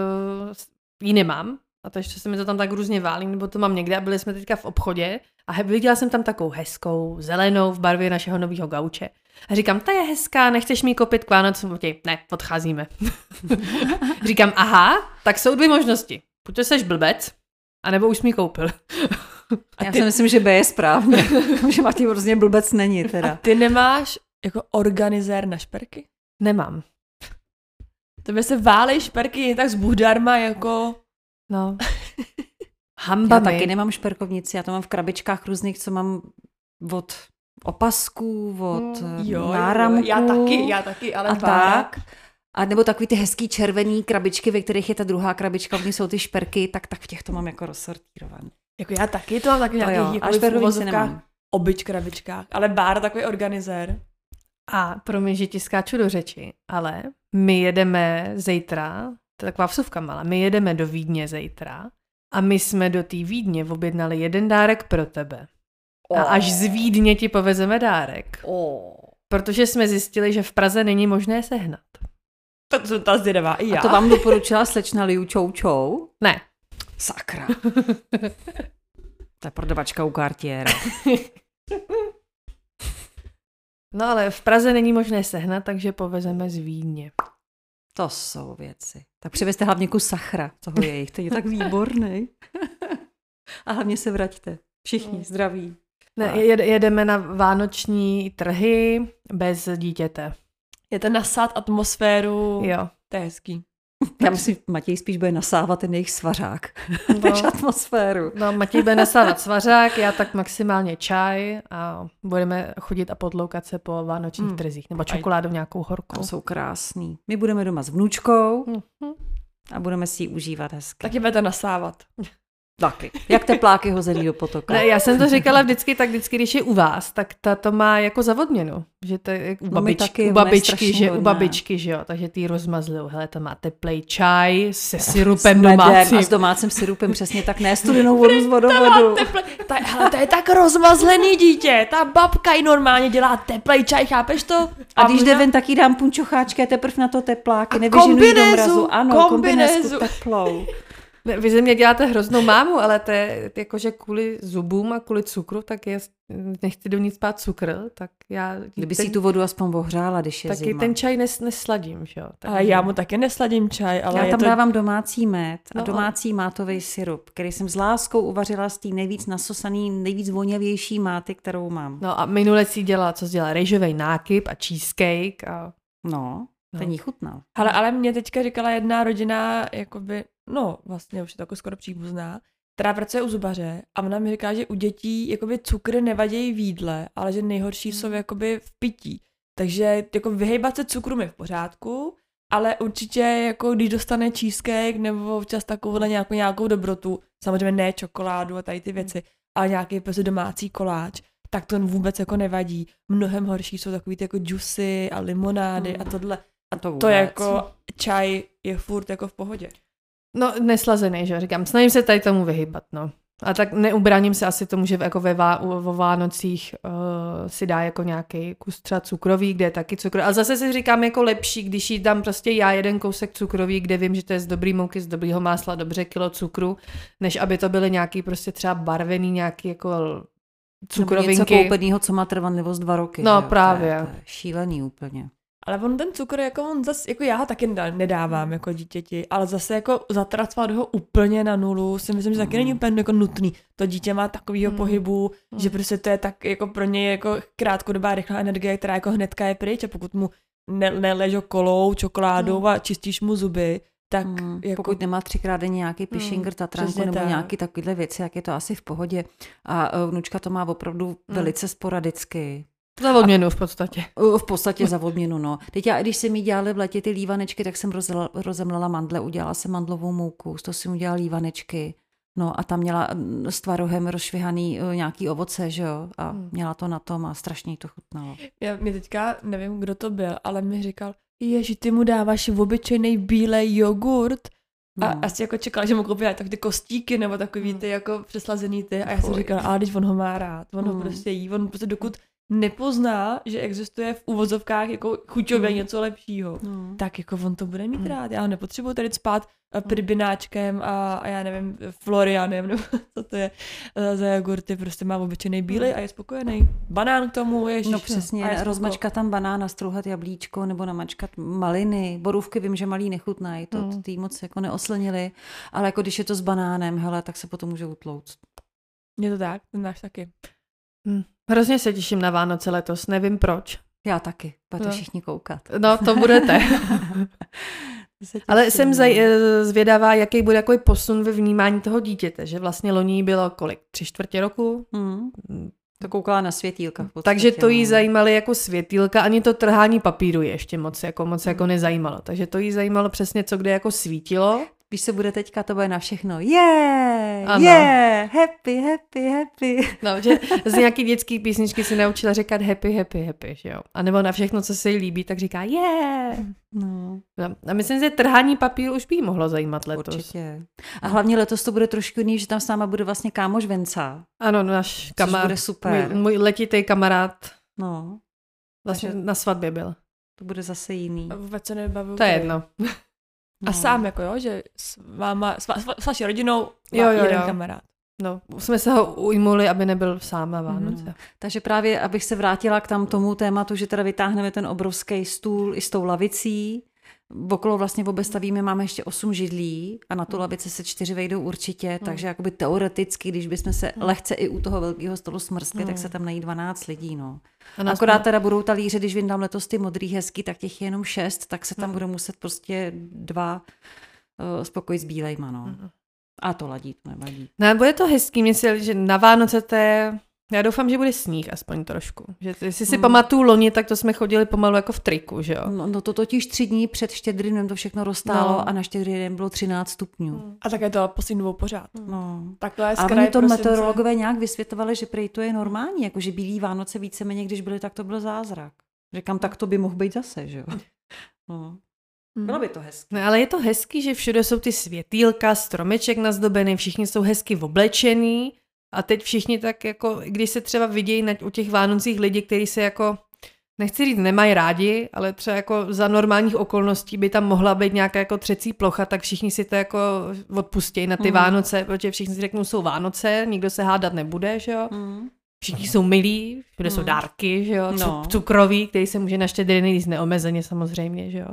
ji nemám a takže se mi to tam tak různě válí, nebo to mám někde a byli jsme teďka v obchodě a viděla jsem tam takovou hezkou, zelenou v barvě našeho nového gauče. A říkám, ta je hezká, nechceš mi koupit k Vánocům? Matěj, ne, odcházíme. Říkám, aha, tak jsou 2 možnosti. Buď to seš blbec, anebo už jsi mi koupil. Já si myslím, že B je správně. Že Matěj hrozně blbec není teda. A ty nemáš jako organizér na šperky? Nemám. Tebe se válej šperky tak z buhdarma jako... No. Já taky nemám šperkovnici, já to mám v krabičkách různých, co mám od opasků, od Jo, náramků. Já taky, ale a Bára. tak. A nebo takový ty hezký červený krabičky, ve kterých je ta druhá krabička, v ní jsou ty šperky, tak v těch to mám jako rozsortírovaný. Jako já taky, to mám taky nějakých až jako v uvozovkách obyč krabičkách, ale Bára takový organizér. A promiň, že ti skáču do řeči, ale my jedeme zítra, to je taková vsuvka malá, my jedeme do Vídně zítra a my jsme do té Vídně objednali jeden dárek pro tebe. A až z Vídně ti povezeme dárek. Protože jsme zjistili, že v Praze není možné sehnat. To jsem ta zvědavá i já. A to vám doporučila slečna Liu Čou Čou? Ne. Sakra. To je prodavačka u Cartiera. No ale v Praze není možné sehnat, takže povezeme z Vídně. To jsou věci. Tak přivezte hlavně kus sachra, toho jejich, to je tak výborný. A hlavně se vraťte. Všichni zdraví. Ne, jedeme na vánoční trhy bez dítěte. Je to nasát atmosféru. Jo. To je hezký. Já myslím, Matěj spíš bude nasávat ten jejich svařák, než atmosféru. No, Matěj bude nasávat svařák, já tak maximálně čaj a budeme chodit a potloukat se po vánočních trzích, nebo čokoládu nějakou horkou. To jsou krásný. My budeme doma s vnučkou a budeme si ji užívat hezky. Taky budete nasávat. Taky. Jak tepláky hozený do potoka. Ne, já jsem to říkala vždycky, když je u vás, tak ta to má jako za odměnu. Že to je u babičky, že jo, takže ty rozmazlou. Hele, to má teplej čaj se syrupem domácím. A s domácím syrupem, přesně tak, ne studenou vodu z vodovodu. Hele, to je tak rozmazlený dítě. Ta babka jí normálně dělá teplej čaj, chápeš to? A když jde ven, tak jí dám punčocháčky, teprv na to tepláky, nevyženují do mrazu. Ano, kombinézu teplou. Vy ze mě děláte hroznou mámu, ale to je jakože kvůli zubům a kvůli cukru, tak nechci do ní spát cukr, tak já... Kdyby si tu vodu aspoň ohřála, když je taky zima. ten čaj nesladím, že jo. Ale já mu taky nesladím čaj, ale já tam dávám domácí med a domácí mátový syrup, který jsem s láskou uvařila z té nejvíc nasosaný, nejvíc voněvější máty, kterou mám. No a minule si dělala, co jsi dělala, rejžovej nákyp a cheesecake a... No, ten jí chutnal. Ale mě teďka říkala jedna rodina, jakoby, vlastně už je to jako skoro příbuzná, která pracuje u zubaře a ona mi říká, že u dětí jakoby cukry nevadí v jídle, ale že nejhorší jsou jakoby v pití. Takže jako vyhejbat se cukru je v pořádku, ale určitě jako když dostane cheesecake nebo občas takovouhle nějakou dobrotu, samozřejmě ne čokoládu a tady ty věci, ale nějaký prostě domácí koláč, tak to vůbec jako nevadí. Mnohem horší jsou takový ty jako džusy a limonády a tohle. A to jako čaj je furt jako v pohodě. No, neslazený, že říkám, snažím se tady tomu vyhybat, no. A tak neubráním se asi tomu, že jako vo Vánocích si dá jako nějaký kus třeba cukrový, kde je taky cukrový. Ale zase si říkám jako lepší, když jí dám prostě já jeden kousek cukrový, kde vím, že to je z dobrý mouky, z dobrýho másla, dobře kilo cukru, než aby to byly nějaký prostě třeba barvený, nějaký jako cukrovinky. Něco koupenýho, co má trvanlivost 2 roky. No, že? právě. To je šílený úplně. Ale on ten cukr, on zase, jako já ho taky nedávám jako dítěti, ale zase jako zatracovat ho úplně na nulu, si myslím, že taky není úplně jako nutný. To dítě má takovýho pohybu, že prostě to je tak jako pro něj jako krátkodobá rychlá energie, která jako hnedka je pryč a pokud mu neležo kolou, čokoládou a čistíš mu zuby, tak jako... Pokud nemá 3krát denně nějaký Pishinger, Tatranku nebo nějaký takovýhle věci, jak je to asi v pohodě. A vnučka to má opravdu velice sporadicky. Za odměnu v podstatě. V podstatě za odměnu, no. Teď když jsem jí dělali v létě ty lívanečky, tak jsem rozemlela mandle, udělala jsem mandlovou mouku, z toho jsem udělala lívanečky, no a tam měla s tvarohem rozšvihaný nějaký ovoce, že jo, a měla to na tom a strašně jí to chutnalo. Mě teďka, nevím, kdo to byl, ale mi říkal, ježi, ty mu dáváš obyčejný bílej jogurt, a asi jako čekala, že mu koupí tak ty kostíky nebo takový ty jako přeslazený ty a já jsem říkala, ale teď on ho má rád, on ho prostě jí, on prostě dokud nepozná, že existuje v úvozovkách jako chuťově něco lepšího, tak jako on to bude mít rád. Já ho nepotřebuji tady spát pribináčkem a já nevím, Florianem, nebo co to je za jogurty, prostě má obyčejný bílej a je spokojený. Banán k tomu, ježiš. No přesně, rozmačkat tam banán, nastrouhat jablíčko nebo namačkat maliny. Borůvky vím, že malý nechutnají, to ty moc jako neoslnili, ale jako když je to s banánem, hele, tak se potom může utlouct. Je to tak, ten náš taky. Hrozně se těším na Vánoce letos, nevím proč. Já taky, budete všichni koukat. No, to budete. Ale jsem zvědavá, jaký bude takový posun ve vnímání toho dítěte, že vlastně loni bylo kolik? 3/4 roku? To koukala na světýlka. Takže to jí zajímaly jako světýlka, ani to trhání papíru ještě moc jako nezajímalo. Takže to jí zajímalo přesně, co kde jako svítilo. Víš, co bude teďka, to bude na všechno. Happy. No, že z nějaký dětský písničky si naučila říkat happy, že jo. A nebo na všechno, co se jí líbí, tak říká No. A myslím, že trhání papíru už by jí mohlo zajímat letos. Určitě. A hlavně letos to bude trošku jiný, že tam s náma bude vlastně kámoš Venca. Ano, náš kamarád. Bude super. Můj letitý kamarád. No. Vlastně na svatbě byl. To bude zase jiný. A vůbec se nevybavuju. To je jedno. A sám jako jo, že s vaší rodinou má jo. jeden kamarád. No, jsme se ho ujmuli, aby nebyl sám na Vánoce. Takže právě, abych se vrátila k tomu tématu, že teda vytáhneme ten obrovský stůl i s tou lavicí. Okolo vlastně obestavíme, máme ještě 8 židlí a na tu lavici se 4 vejdou určitě, takže jakoby teoreticky, když bychom se lehce i u toho velkého stolu smrskli, tak se tam nají 12 lidí, no. Akorát teda budou talíře, když vyndám letos ty modrý hezky, tak těch je jenom 6, tak se tam budou muset prostě 2 spokojit s bílejma, no. A to ladí, to nevadí. No, bude to hezký, myslím, že na Vánoce to je... Já doufám, že bude sníh aspoň trošku. Že jestli si pamatuju loni, tak to jsme chodili pomalu jako v triku, že jo? No to totiž 3 dní před Štědrým dnem to všechno roztálo a na Štědrý den bylo 13 stupňů. A tak je to poslední dobou pořád. No. Takhle a oni to meteorologové nějak vysvětlovali, že prej to je normální, jakože bílý Vánoce víceméně, když byly, tak to byl zázrak. Říkám, tak to by mohl být zase, že jo? No. Bylo by to hezké. No, ale je to hezký, že všude jsou ty světýlka, stromeček nazdobený, všichni jsou hezky oblečený a teď všichni tak jako, když se třeba vidějí u těch Vánocích lidi, kteří se jako, nechci říct, nemají rádi, ale třeba jako za normálních okolností by tam mohla být nějaká jako třecí plocha, tak všichni si to jako odpustějí na ty Vánoce, protože všichni si řeknou, jsou Vánoce, nikdo se hádat nebude, že jo. Všichni jsou milí, všude jsou dárky, že jo, cukroví, který se může na Štědrý jíst neomezeně samozřejmě, že jo.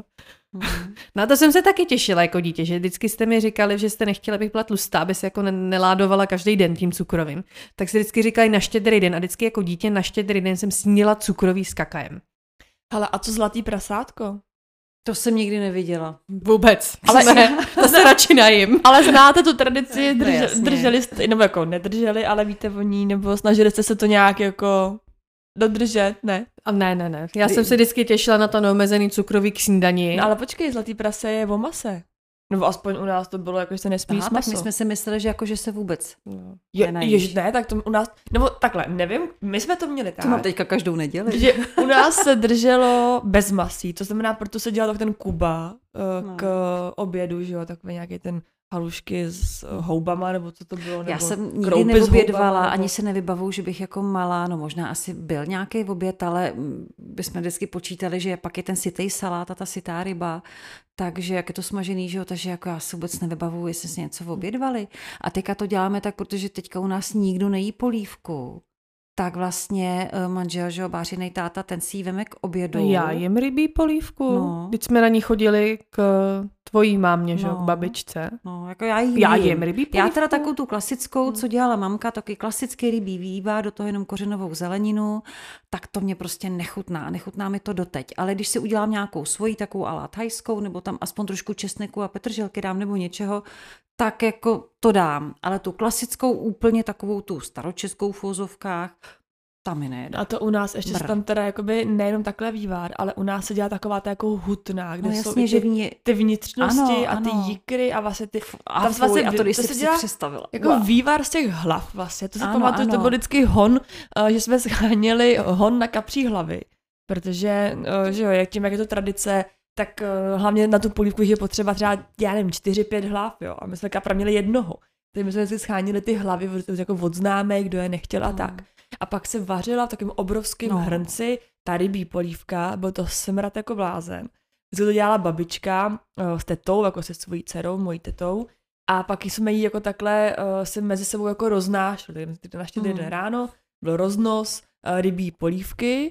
No a to jsem se taky těšila jako dítě, že vždycky jste mi říkali, že jste nechtěla, abych byla tlustá, aby se jako neládovala každý den tím cukrovým. Tak se vždycky říkali na Štědrý den a vždycky jako dítě na Štědrý den jsem sníla cukrový s kakajem. Hele, a co zlatý prasátko? To jsem nikdy neviděla. Vůbec. Ale to se radši najím. Ale znáte tu tradici, drželi jste, nebo jako nedrželi, ale víte o ní, nebo snažili jste se to nějak jako dodržet, ne? A ne. Já jsem se vždycky těšila na to neomezený cukrový k snídani. No ale počkej, zlatý prase je o mase. Nebo aspoň u nás to bylo, jako, že se nesmí jíst maso. Tak my jsme si mysleli, že jako, že se vůbec ne, tak to u nás, nebo takhle, nevím, my jsme to měli tak. To mám teďka každou neděli. Že u nás se drželo bez masí, to znamená, proto se dělal ten kuba k obědu, že jo, takový nějaký ten halušky s houbama, nebo co to bylo, nebo já jsem nikdy neobědvala, ani se nevybavuju, že bych jako malá, no možná asi byl nějaký oběd, ale bychom vždycky počítali, že pak je ten sytej salát a ta sytá ryba, takže jak je to smažený, že jo, takže jako já se vůbec nevybavuju, jestli si něco obědvali. A teďka to děláme tak, protože teďka u nás nikdo nejí polívku. Tak vlastně manžel, že jo, bářinej táta, ten si ji veme k obědu. Já jim rybí polívku. No. Teď jsme na ní chodili k tvojí mámě, že jo, k babičce. No, jako já jim rybí polívku. Já teda takovou tu klasickou, co dělala mamka, taky klasický rybí vývar, do toho jenom kořenovou zeleninu, tak to mě prostě nechutná. Nechutná mi to doteď. Ale když si udělám nějakou svoji takovou ala thajskou, nebo tam aspoň trošku česneku a petrželky dám nebo něčeho, tak jako to dám. Ale tu klasickou úplně takovou tu staročeskou v uvozovkách, tam mi nejde. A to u nás ještě se tam teda jakoby nejenom takhle vývar, ale u nás se dělá taková ta jako hutná, kde jsou ty vnitřnosti a ty jikry a vlastně ty... A to když se dělá představila. Jako vývar z těch hlav vlastně. To si pamatuju, to byl vždycky hon, že jsme scháněli hon na kapří hlavy. Protože, že jo, jak je to tradice, tak hlavně na tu polívku je potřeba třeba, já nevím, 4-5 hlav, jo. A my jsme kapra měli jednoho. Takže my jsme si schánili ty hlavy jako od známé, kdo je nechtěl a tak. A pak se vařila v takovém obrovském hrnci ta rybí polívka, byl to smrad jako blázen. Vždycky to dělala babička s tetou, jako se svojí dcerou, mojí tetou. A pak jsme jí jako takhle si mezi sebou jako roznášeli. Na Štědrý den ráno byl roznos rybí polívky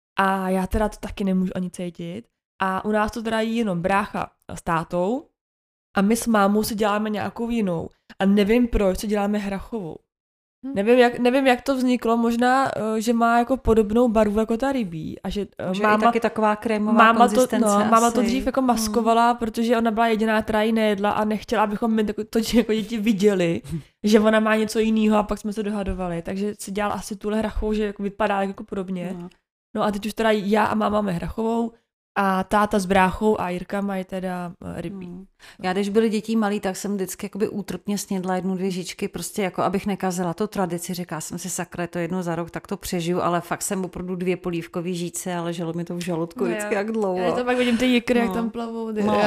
a já teda to taky nemůžu ani cítit. A u nás to teda jí jenom brácha s tátou a my s mámou si děláme nějakou jinou. A nevím proč, co děláme hrachovou. Nevím, jak to vzniklo, možná, že má jako podobnou barvu jako ta rybí. A že máma, taky taková krémová konzistence. Máma to dřív jako maskovala, protože ona byla jediná, která ji nejedla a nechtěla, abychom my to jako děti viděli, že ona má něco jiného a pak jsme se dohadovali. Takže si dělala asi tuhle hrachovou, že jako vypadá jako podobně. No a teď už teda já a máma máme hrachovou a táta s bráchou a Jirka mají teda rybí. Já když byly děti malí, tak jsem vždycky jakoby útrpně snědla 1-2 žičky, prostě jako abych nekazila tu tradici. Říkala jsem si, sakra, to jednou za rok, tak to přežiju, ale fakt jsem opravdu 2 polívkový žíce a leželo mi to v žaludku vždycky jak dlouho. Já to pak vidím ty jikry, jak tam plavou.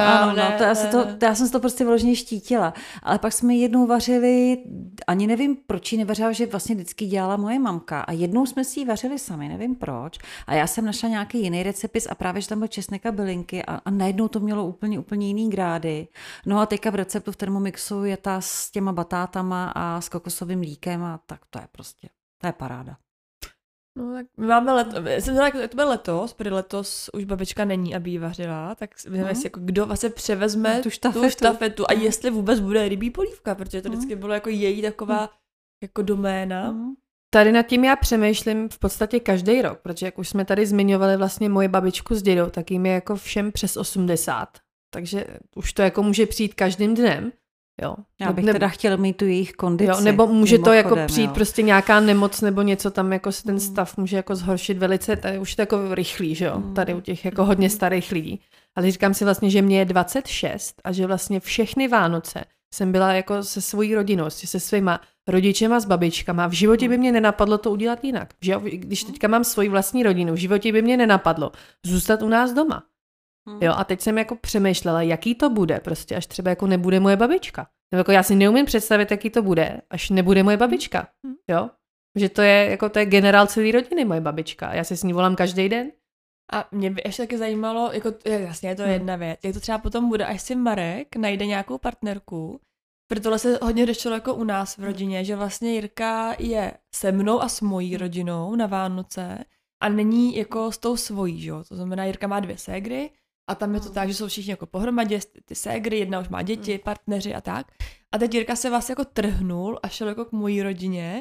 Já jsem to prostě vyloženě štítila. Ale pak jsme jednou vařili, ani nevím, proč ji nevařila, že vlastně vždycky dělala moje mamka. A jednou jsme si ji vařili sami, nevím proč. A já jsem našla nějaký jiný recept a právě, že tam byl česnek a bylinky a najednou to mělo úplně jiný grády. No a teďka v receptu v Thermomixu je ta s těma batátama a s kokosovým mlíkem a tak to je paráda. No tak my máme jsem znala, jak to byl letos, protože letos už babička není, aby ji vařila, tak víme si, jako kdo vlastně převezme tu štafetu a jestli vůbec bude rybí polívka, protože to vždycky bylo jako její taková jako doména. Tady nad tím já přemýšlím v podstatě každý rok, protože jak už jsme tady zmiňovali vlastně moje babičku s dědou, tak jim je jako všem přes 80. Takže už to jako může přijít každým dnem. Jo. Já bych teda chtěla mít tu jejich kondici. Jo, nebo může to jako přijít prostě nějaká nemoc nebo něco tam jako ten stav může jako zhoršit velice, tady už je to jako rychlý, že jo, tady u těch jako hodně starých lidí. Ale říkám si vlastně, že mě je 26 a že vlastně všechny Vánoce jsem byla jako se svojí rodinou, se svýma rodičema, s babičkama. V životě by mě nenapadlo to udělat jinak. Že jo? Když teďka mám svoji vlastní rodinu, v životě by mě nenapadlo zůstat u nás doma. Jo, a teď jsem jako přemýšlela, jaký to bude, prostě až třeba jako nebude moje babička. Nebo jako já si neumím představit, jaký to bude, až nebude moje babička. Jo? Že to je generál celé rodiny, moje babička. Já se s ní volám každý den. A mě by ještě taky zajímalo, jako, jasně je to jedna věc, jak to třeba potom bude, až si Marek najde nějakou partnerku, protože tohle se hodně řešilo jako u nás v rodině, že vlastně Jirka je se mnou a s mojí rodinou na Vánoce a není jako s tou svojí, že jo? To znamená, Jirka má 2 ségry a tam je to tak, že jsou všichni jako pohromadě, ty ségry, jedna už má děti, partneři a tak. A teď Jirka se vlastně jako trhnul a šel jako k mojí rodině,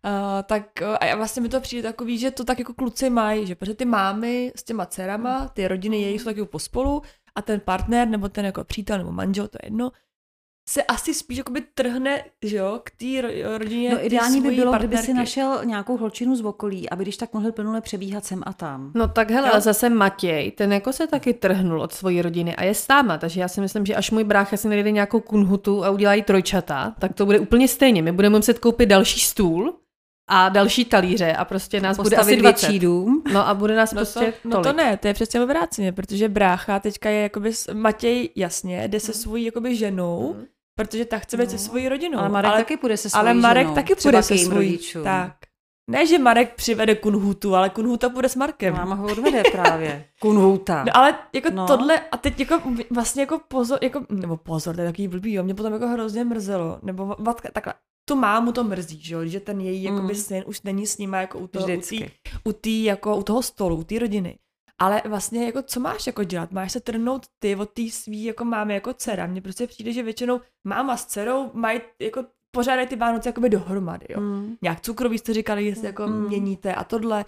a vlastně mi to přijde takový, že to tak jako kluci mají, že protože ty mámy s těma dcerama, ty rodiny jejich jsou taky pospolu a ten partner nebo ten jako přítel nebo manžel, to je jedno, se asi spíš jakoby trhne, že jo, k té rodině. No ideální by bylo, kdyby si našel nějakou holčinu z okolí, aby když tak mohl plnule přebíhat sem a tam. No tak hele, ale zase Matěj, ten jako se taky trhnul od svojí rodiny a je s náma, takže já si myslím, že až můj brácha si najde nějakou kunhutu a udělají trojčata, tak to bude úplně stejně. My budeme muset koupit další stůl a další talíře a prostě nás bude asi 20. Dům. No a bude nás prostě tolik. To ne, to je přesně obráceně, protože brácha teďka je jakoby, Matěj jasně, jde se svojí jakoby ženou, protože ta chce být se svojí rodinou. Ale Marek taky půjde se svojí ženou. Ale Marek taky půjde se svojí rodičům. Tak. Ne, že Marek přivede kunhutu, ale kunhuta půjde s Markem. Máma ho odvede právě. Kunhuta. No, ale jako tohle, a teď jako vlastně jako pozor, nebo pozor, to je takový blbý, jo, mě potom jako hrozně mrzelo, nebo takhle, tu mámu to mrzí, že ten její jakoby syn už není s nima jako u toho stolu, u té rodiny. Ale vlastně jako co máš jako dělat? Máš se trhnout ty od té svý jako mámy jako dcera. Mně prostě přijde, že většinou máma s dcerou mají jako pořádají ty Vánoce jakoby dohromady, jo. Nějak cukroví jste říkali, jestli jako měníte a tohle.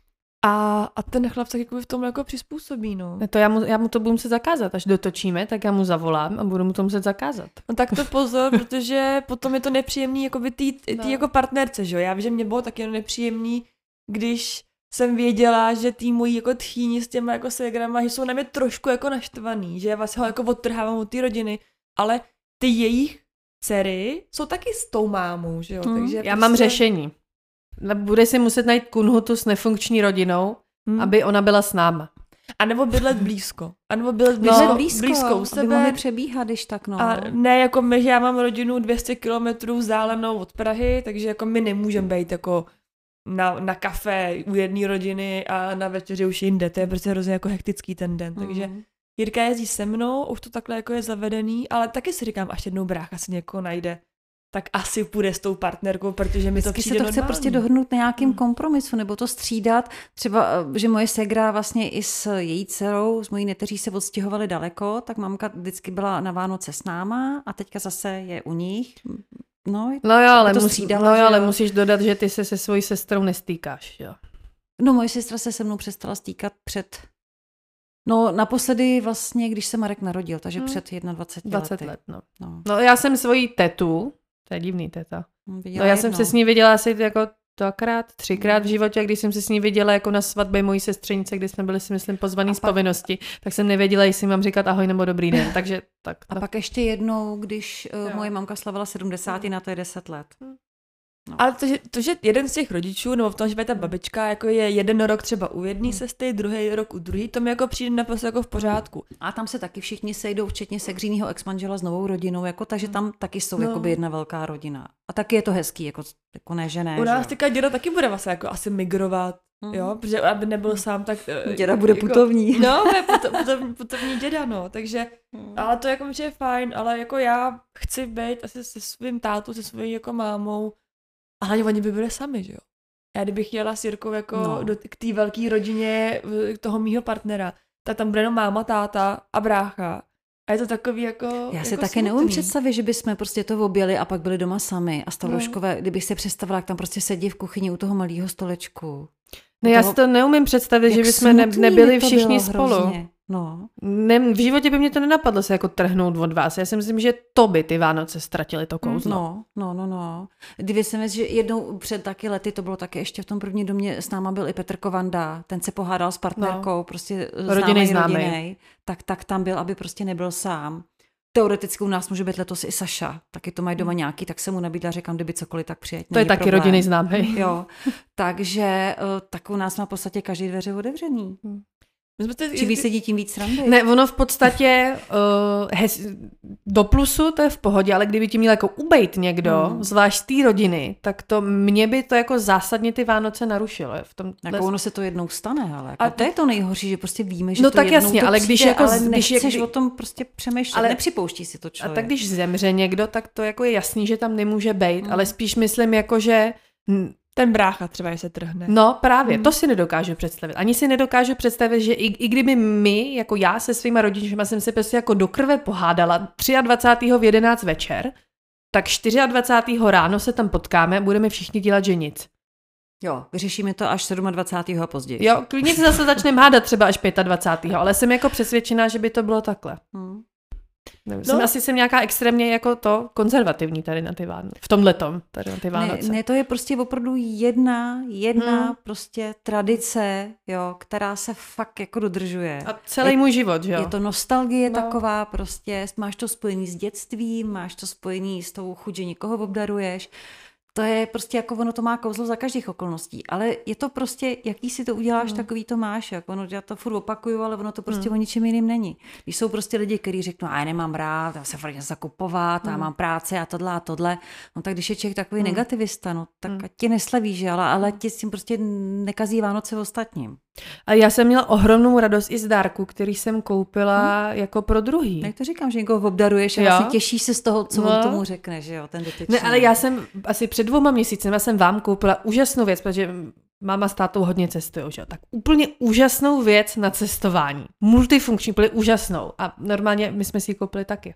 A ten chlap tak jako v tom jako přizpůsobí, no. To já mu to budu muset zakázat. Až dotočíme, tak já mu zavolám a budu mu to muset zakázat. No tak to pozor, protože potom je to nepříjemný jako by tý jako partnerce, že jo. Já vím, že mě bylo taky nepříjemný, když jsem věděla, že tý mojí jako tchýni s těma jako ségrama, že jsou na mě trošku jako naštvaný, že já vlastně ho jako odtrhávám od té rodiny, ale ty jejich dcery jsou taky s tou mámou, že jo. Takže já mám řešení. Bude si muset najít kunhutu s nefunkční rodinou, aby ona byla s náma. A nebo bydlet blízko. A nebo bydlet blízko u sebe. Aby mohli přebíhat, když tak, no. A ne jako my, že já mám rodinu 200 kilometrů vzdálenou od Prahy, takže jako my nemůžeme být jako na kafe u jedné rodiny a na večeři už jinde. To je prostě hrozně jako hektický ten den. Takže Jirka jezdí se mnou, už to takhle jako je zavedený, ale taky si říkám, až jednou brácha si někoho najde, tak asi půjde s tou partnerkou, protože mi to přijde se to chce prostě dohodnout na nějakým kompromisu, nebo to střídat. Třeba, že moje ségra vlastně i s její dcerou, s mojí neteří se odstěhovali daleko, tak mamka vždycky byla na Vánoce s náma a teďka zase je u nich. No jo, ale, to střídala, ale musíš dodat, že ty se svojí sestrou nestýkáš, jo. No moje sestra se mnou přestala stýkat naposledy vlastně, když se Marek narodil, takže před 21 20 let, no, já jsem svoji tetu, to je divný teta. Já jsem se s ní viděla asi jako 2krát, 3krát v životě, když jsem se s ní viděla jako na svatbě mojí sestřenice, kde jsme byli si myslím pozvaný z povinnosti, tak jsem nevěděla, jestli mám říkat ahoj nebo dobrý den, takže tak. A pak ještě jednou, když moje mamka slavila 70, na to je 10 let. No. Ale to, že jeden z těch rodičů, nebo v tom, že ta babička jako je jeden rok třeba u jedné sestry, druhý rok u druhý, to mi jako přijde naprosto jako v pořádku. A tam se taky všichni sejdou, včetně Segřínýho exmanžela s novou rodinou, jako, takže tam taky jsou jakoby jedna velká rodina. A taky je to hezký, jako ne, že ne. U nás teďka děda taky bude vlastně jako asi migrovat, jo, protože aby nebyl sám, tak... Děda bude jako, putovní. No, bude putovní děda, no, takže, ale to jako mi je fajn, ale jako já chci být asi se svým tátou, se svojí jako mámou. A hlavně oni by byli sami, že jo? Já kdybych jela s Jirkou jako k té velké rodině toho mýho partnera, tak tam bude jenom máma, táta a brácha. A je to takový jako... Já si jako taky neumím představit, že bychom prostě to objeli a pak byli doma sami. A Stavroškové, kdybych si představila, jak tam prostě sedí v kuchyni u toho malého stolečku. No já si to neumím představit, že bychom nebyli všichni spolu. Hrozně. No. V životě by mě to nenapadlo se jako trhnout od vás. Já si myslím, že to by ty Vánoce ztratily to kouzlo. No. Kdyby jsem že jednou před taky lety, to bylo taky ještě v tom prvním domě, s náma byl i Petr Kovanda, ten se pohádal s partnerkou, prostě známej. Tak tam byl, aby prostě nebyl sám. Teoreticky u nás může být letos i Saša, taky to mají doma nějaký, tak se mu nabídla, říkám, kdyby cokoliv, tak přijeď. To je taky rodinný známý. Jo, takže tak u nás má v podstatě každý dveře otevřený. Čím víc sedí, tím víc srandy. Ne, ono v podstatě do plusu to je v pohodě, ale kdyby ti měl jako ubejt někdo, zvlášť z té rodiny, tak to mě by to jako zásadně ty Vánoce narušilo. Jako ono se to jednou stane, ale jako to je to nejhorší, že prostě víme, že no to tak jednou jasně, to ale přijde, když jako, ale nechceš o tom prostě přemýšlet, ale nepřipouští si to člověk. A tak když zemře někdo, tak to jako je jasný, že tam nemůže bejt, ale spíš myslím jako, že ten brácha třeba, se trhne. No právě, to si nedokážu představit. Ani si nedokážu představit, že i kdyby my, jako já se svýma rodičima jsem se prostě jako do krve pohádala 23. v 11 večer, tak 24. ráno se tam potkáme a budeme všichni dělat, že nic. Jo, vyřešíme to až 27. a později. Jo, klidně se zase začneme hádat třeba až 25. Ale jsem jako přesvědčená, že by to bylo takhle. Jsem nějaká extrémně jako to konzervativní tady na ty Vánoce. V tomhletom, tady na ty Vánoce. Ne, to je prostě opravdu jedna prostě tradice, jo, která se fakt jako dodržuje. A celý můj život, jo. Je to nostalgie taková prostě, máš to spojený s dětstvím, máš to spojený s tou chuť, že někoho obdaruješ. To je prostě jako ono to má kouzlo za každých okolností, ale je to prostě, jaký si to uděláš, takový to máš. Jako ono, já to furt opakuju, ale ono to prostě o ničem jiným není. Když jsou prostě lidi, kteří řeknou, já nemám rád, já se furt něco zakupovat, já mám práci a tohle, no tak když je člověk takový negativista, no tak ať ti neslaví, že ale ti s tím prostě nekazí Vánoce ostatním. A já jsem měla ohromnou radost i z dárku, který jsem koupila jako pro druhý. Tak to říkám, že někoho obdaruješ a vlastně těšíš se z toho, co on tomu řekne, že jo, ten dotyčný. Ne, ale já jsem asi před 2 měsíci jsem vám koupila úžasnou věc, protože máma s tátou hodně cestujou, že jo, tak úplně úžasnou věc na cestování. Multifunkční, úplně úžasnou. A normálně my jsme si ji koupili taky.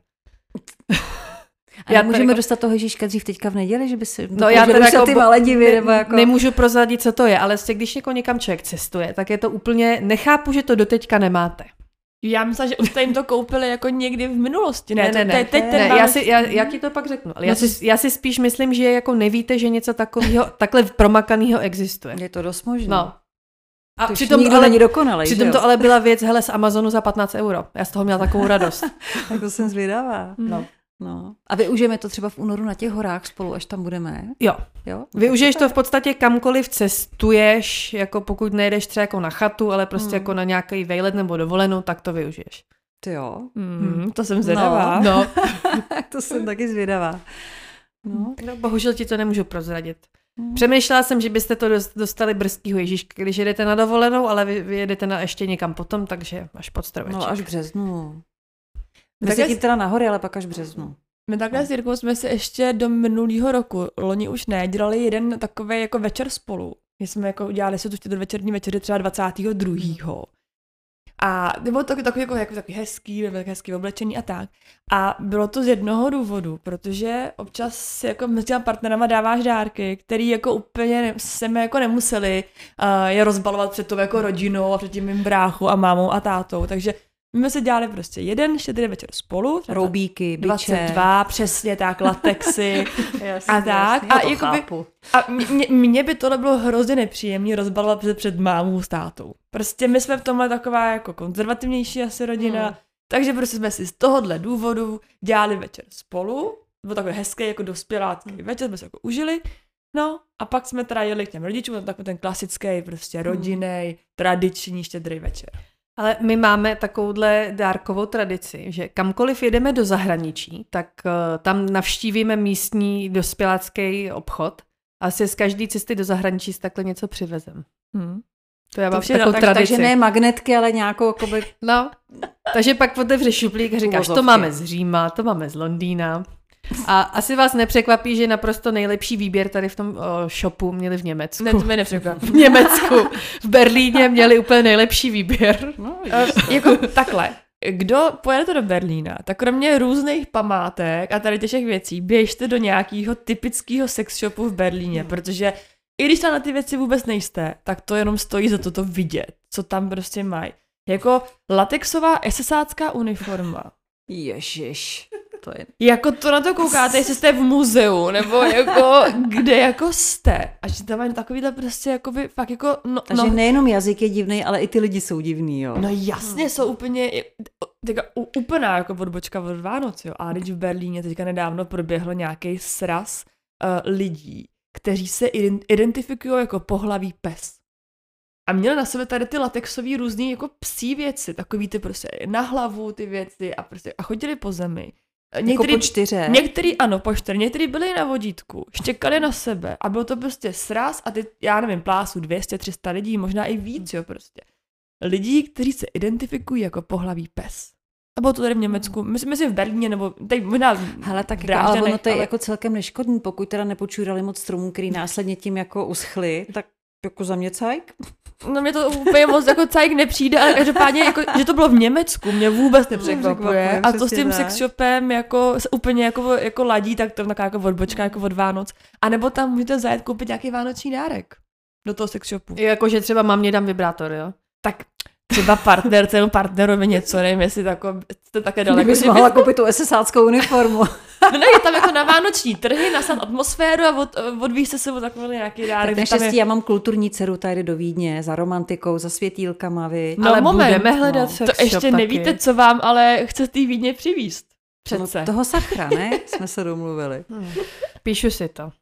A můžeme dostat toho Ježíška dřív teďka v neděli, že by se já teda jako ty Maledivy, nebo jako... Nemůžu prozradit, co to je, ale když jako někam člověk cestuje, tak je to úplně, nechápu, že to doteďka nemáte. Já myslím, že už jste jim to koupili jako někdy v minulosti. Ne, já ti to pak řeknu. Ale já si spíš myslím, že jako nevíte, že něco takového, takhle promakaného existuje. Je to dost možné. No. A to přitom ale není dokonalej, přitom to ale byla věc, hele, z Amazonu za 15 €. Já z toho měla takovou radost. Tak to jsem zvědavá. No. A využijeme to třeba v únoru na těch horách spolu, až tam budeme? Jo. Využiješ to v podstatě kamkoliv cestuješ, jako pokud nejdeš třeba jako na chatu, ale prostě jako na nějaký vejlet nebo dovolenou, tak to využiješ. Ty jo. To jsem zvědavá. No. To jsem taky zvědavá. No, bohužel ti to nemůžu prozradit. Přemýšlela jsem, že byste to dostali brzkýho Ježíška, když jedete na dovolenou, ale vy jedete na ještě někam potom, takže až pod stromeček. No až v březnu. My se tím teda nahoře, ale pak až v březnu. My takhle s Jirkou jsme si ještě do minulého roku, loni už ne, dělali jeden takový jako večer spolu. My jsme jako udělali si tu večerní večeři třeba 22. A bylo to takový hezký oblečený a tak. A bylo to z jednoho důvodu, protože občas si jako mezi těma partnerama dáváš dárky, který jako úplně jsme jako nemuseli je rozbalovat před tou jako rodinou a před tím mým bráchou a mámou a tátou. Takže my jsme si dělali prostě jeden štědrý večer spolu. Roubíky, biče. 22, přesně tak, latexy a tak. A jakoby, mně by tohle bylo hrozně nepříjemné rozbalovat před mámou s tátou. Prostě my jsme v tomhle taková jako konzervativnější asi rodina, takže prostě jsme si z tohohle důvodu dělali večer spolu. Byl takový hezký jako dospělácký večer, jsme se jako užili. No a pak jsme teda jeli k těm rodičům, takový ten klasický prostě rodinný, tradiční štědrý večer. Ale my máme takovouhle dárkovou tradici, že kamkoliv jedeme do zahraničí, tak tam navštívíme místní dospělácký obchod a si z každé cesty do zahraničí si takhle něco přivezem. To já mám takovou tradici. Takže ne magnetky, ale nějakou jakoby... No, takže pak otevřeš šuplík a říkáš, to máme z Říma, to máme z Londýna. A asi vás nepřekvapí, že naprosto nejlepší výběr tady v tom shopu měli v Německu. Ne, to mě nepřekvapí. V Německu. V Berlíně měli úplně nejlepší výběr. No, jako takhle. Kdo pojede do Berlína, tak kromě různých památek a tady těch věcí, běžte do nějakého typického sex shopu v Berlíně, protože i když tam na ty věci vůbec nejste, tak to jenom stojí za to vidět, co tam prostě mají. Jako latexová esesácká uniforma. Ježiš. To je... Jako to na to koukáte, jestli jste v muzeu, nebo jako kde jako jste. A že tam mají takovýhle prostě jakoby fakt jako... Takže nejenom jazyk je divný, ale i ty lidi jsou divný, jo. No jasně, jsou úplně... Úplná jako odbočka od Vánoc, jo. A když v Berlíně teďka nedávno proběhlo nějaký sraz lidí, kteří se identifikují jako pohlaví pes. A měli na sebe tady ty latexový různý jako psí věci, takový ty prostě na hlavu ty věci a chodili po zemi. Některý, jako po čtyře. Některý, ano, po čtyři. Některý byli na vodítku, štěkali na sebe a byl to prostě sraz a ty, já nevím, plásu 200-300 lidí, možná i víc, jo, prostě. Lidí, kteří se identifikují jako pohlaví pes. A bylo to tady v Německu, myslím v Berlíně, nebo tady možná hele, tak jako, ale ono to je jako celkem neškodný, pokud teda nepočůrali moc stromů, který následně tím jako uschly, tak jako za mě cajk. No mě to úplně moc jako cajk nepřijde, ale každopádně, jako, že to bylo v Německu, mě vůbec nepřekvapuje. A to s tím sex shopem jako úplně jako ladí, tak to taková jako odbočka jako od Vánoc. A nebo tam můžete zajet koupit nějaký vánoční dárek do toho sex shopu. Jakože třeba mamě dám vibrátor, jo? Tak třeba partnerovi něco, nevím, jestli jste také daleko. Kdybych mohla koupit tu esesáckou uniformu. No je tam jako na vánoční trhy, nasad atmosféru a odvíste se o takový nějaký dárek. Tak naštěstí já mám kulturní dceru, ta jde do Vídně za romantikou, za světýlkama, vy. No ale moment, budeme hledat sex shop. To ještě nevíte, co vám ale chce z té Vídně přivízt. Přece. No, toho sakra, ne? Jsme se domluvili. Píšu si to.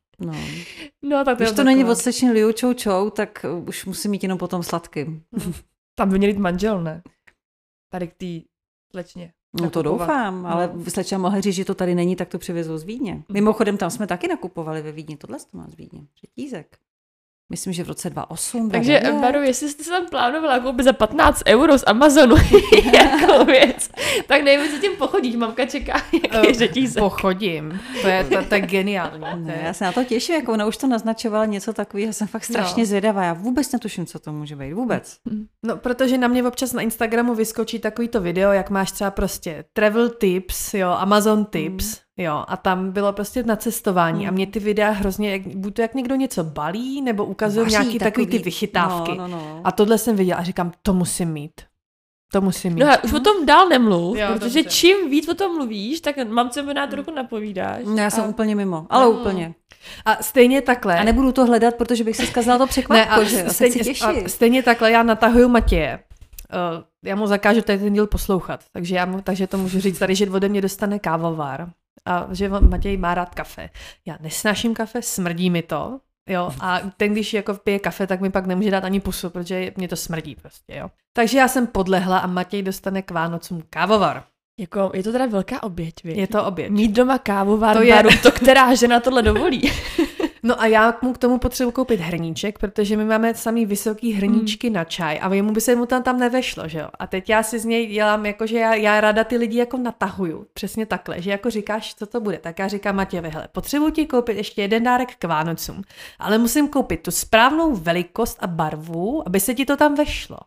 No tak když to není od slečny Liu Čou Čou, tak už musím mít jenom potom sladkým. Tam by měl jít manžel, ne? Tady k té slečně. No to doufám, ale slečna mohla říct, že to tady není, tak to přivezou z Vídně. Mimochodem, tam jsme taky nakupovali ve Vídni, tohle to má z Vídně, řetízek. Myslím, že v roce 2008. Takže, Baru, jestli jste se tam plánovala koupit za 15 € z Amazonu jako věc, tak nevím, co tím pochodíš, mamka čeká, jaký řetízek. Pochodím, to je geniální. Ne, já se na to těším, jako ona už to naznačovala něco takového, jsem fakt strašně zvědavá, já vůbec netuším, co to může být, vůbec. No, protože na mě občas na Instagramu vyskočí takovýto video, jak máš třeba prostě travel tips, jo, Amazon tips, jo, a tam bylo prostě na cestování a mě ty videa hrozně, buď to jak někdo něco balí, nebo ukazuje nějaký takový ty vychytávky. No. A tohle jsem viděla a říkám, to musím mít. To musím mít. No už o tom dál nemluv, protože čím víc o tom mluvíš, tak mamce mi trochu napovídáš. No, já jsem úplně mimo, ale úplně. A stejně takhle. A nebudu to hledat, protože bych si zkazala to překvapko, že stejně takhle já natahuju Matěje. Já mu zakážu tady ten díl poslouchat, takže to můžu říct tady, že ode mě dostane kávovar. A že Matěj má rád kafe. Já nesnáším kafe, smrdí mi to, jo, a ten, když jako pije kafe, tak mi pak nemůže dát ani pusu, protože mě to smrdí prostě, jo. Takže já jsem podlehla a Matěj dostane k Vánocům kávovar. Jako, je to teda velká oběť, víš? Je to oběť. Mít doma kávovar, baru, to která žena tohle dovolí. No a já mu k tomu potřebuji koupit hrníček, protože my máme samý vysoký hrníčky na čaj a jemu by se mu tam nevešlo, že jo. A teď já si z něj dělám, jako že já ráda ty lidi jako natahuju, přesně takhle, že jako říkáš, co to bude, tak já říkám Matějovi, hele, potřebuji ti koupit ještě jeden dárek k Vánocům, ale musím koupit tu správnou velikost a barvu, aby se ti to tam vešlo.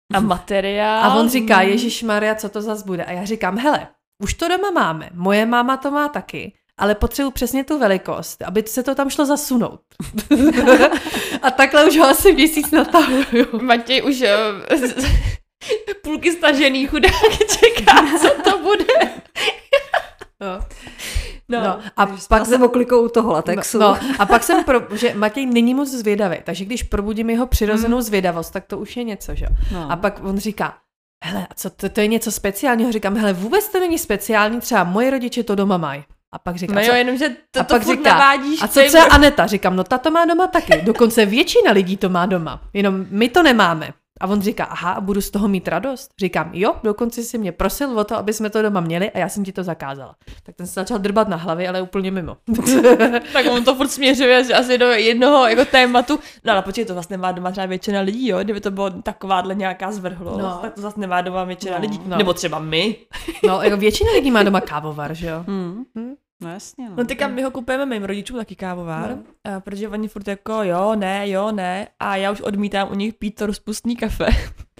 a materiál. A on říká, Ježišmarja, co to zas bude? A já říkám, hele, už to doma máme, moje máma to má taky, ale potřebuji přesně tu velikost, aby se to tam šlo zasunout. A takhle už ho asi měsíc natahuju. Matěj už půlky stažený chudák čeká, co to bude. No. A pak jsem oklikou u toho latexu. A pak jsem, že Matěj není moc zvědavý, takže když probudím jeho přirozenou zvědavost, tak to už je něco, že? No. A pak on říká, hele, co to je něco speciálního? Říkám, hele, vůbec to není speciální, třeba moje rodiče to doma mají. A pak říká, no jo, jenomže to pak furt říká, navádíš. a co třeba Aneta? Říkám, no ta to má doma taky. Dokonce většina lidí to má doma. Jenom my to nemáme. A on říká, aha, a budu z toho mít radost? Říkám, jo, dokonce si mě prosil o to, aby jsme to doma měli a já jsem ti to zakázala. Tak ten se začal drbat na hlavě, ale úplně mimo. Tak on to furt směřuje asi do jednoho jako tématu. No ale počkej, to vlastně nemá doma třeba většina lidí, jo? Kdyby to bylo takováhle nějaká zvrhlost, tak to zase nemá doma většina lidí. No. Nebo třeba my. No, jako většina lidí má doma kávovar, že jo? No jasně. No teďka my ho kupujeme mým rodičům taky kávovar, protože oni furt jako jo, ne a já už odmítám u nich pít to rozpustný kafe.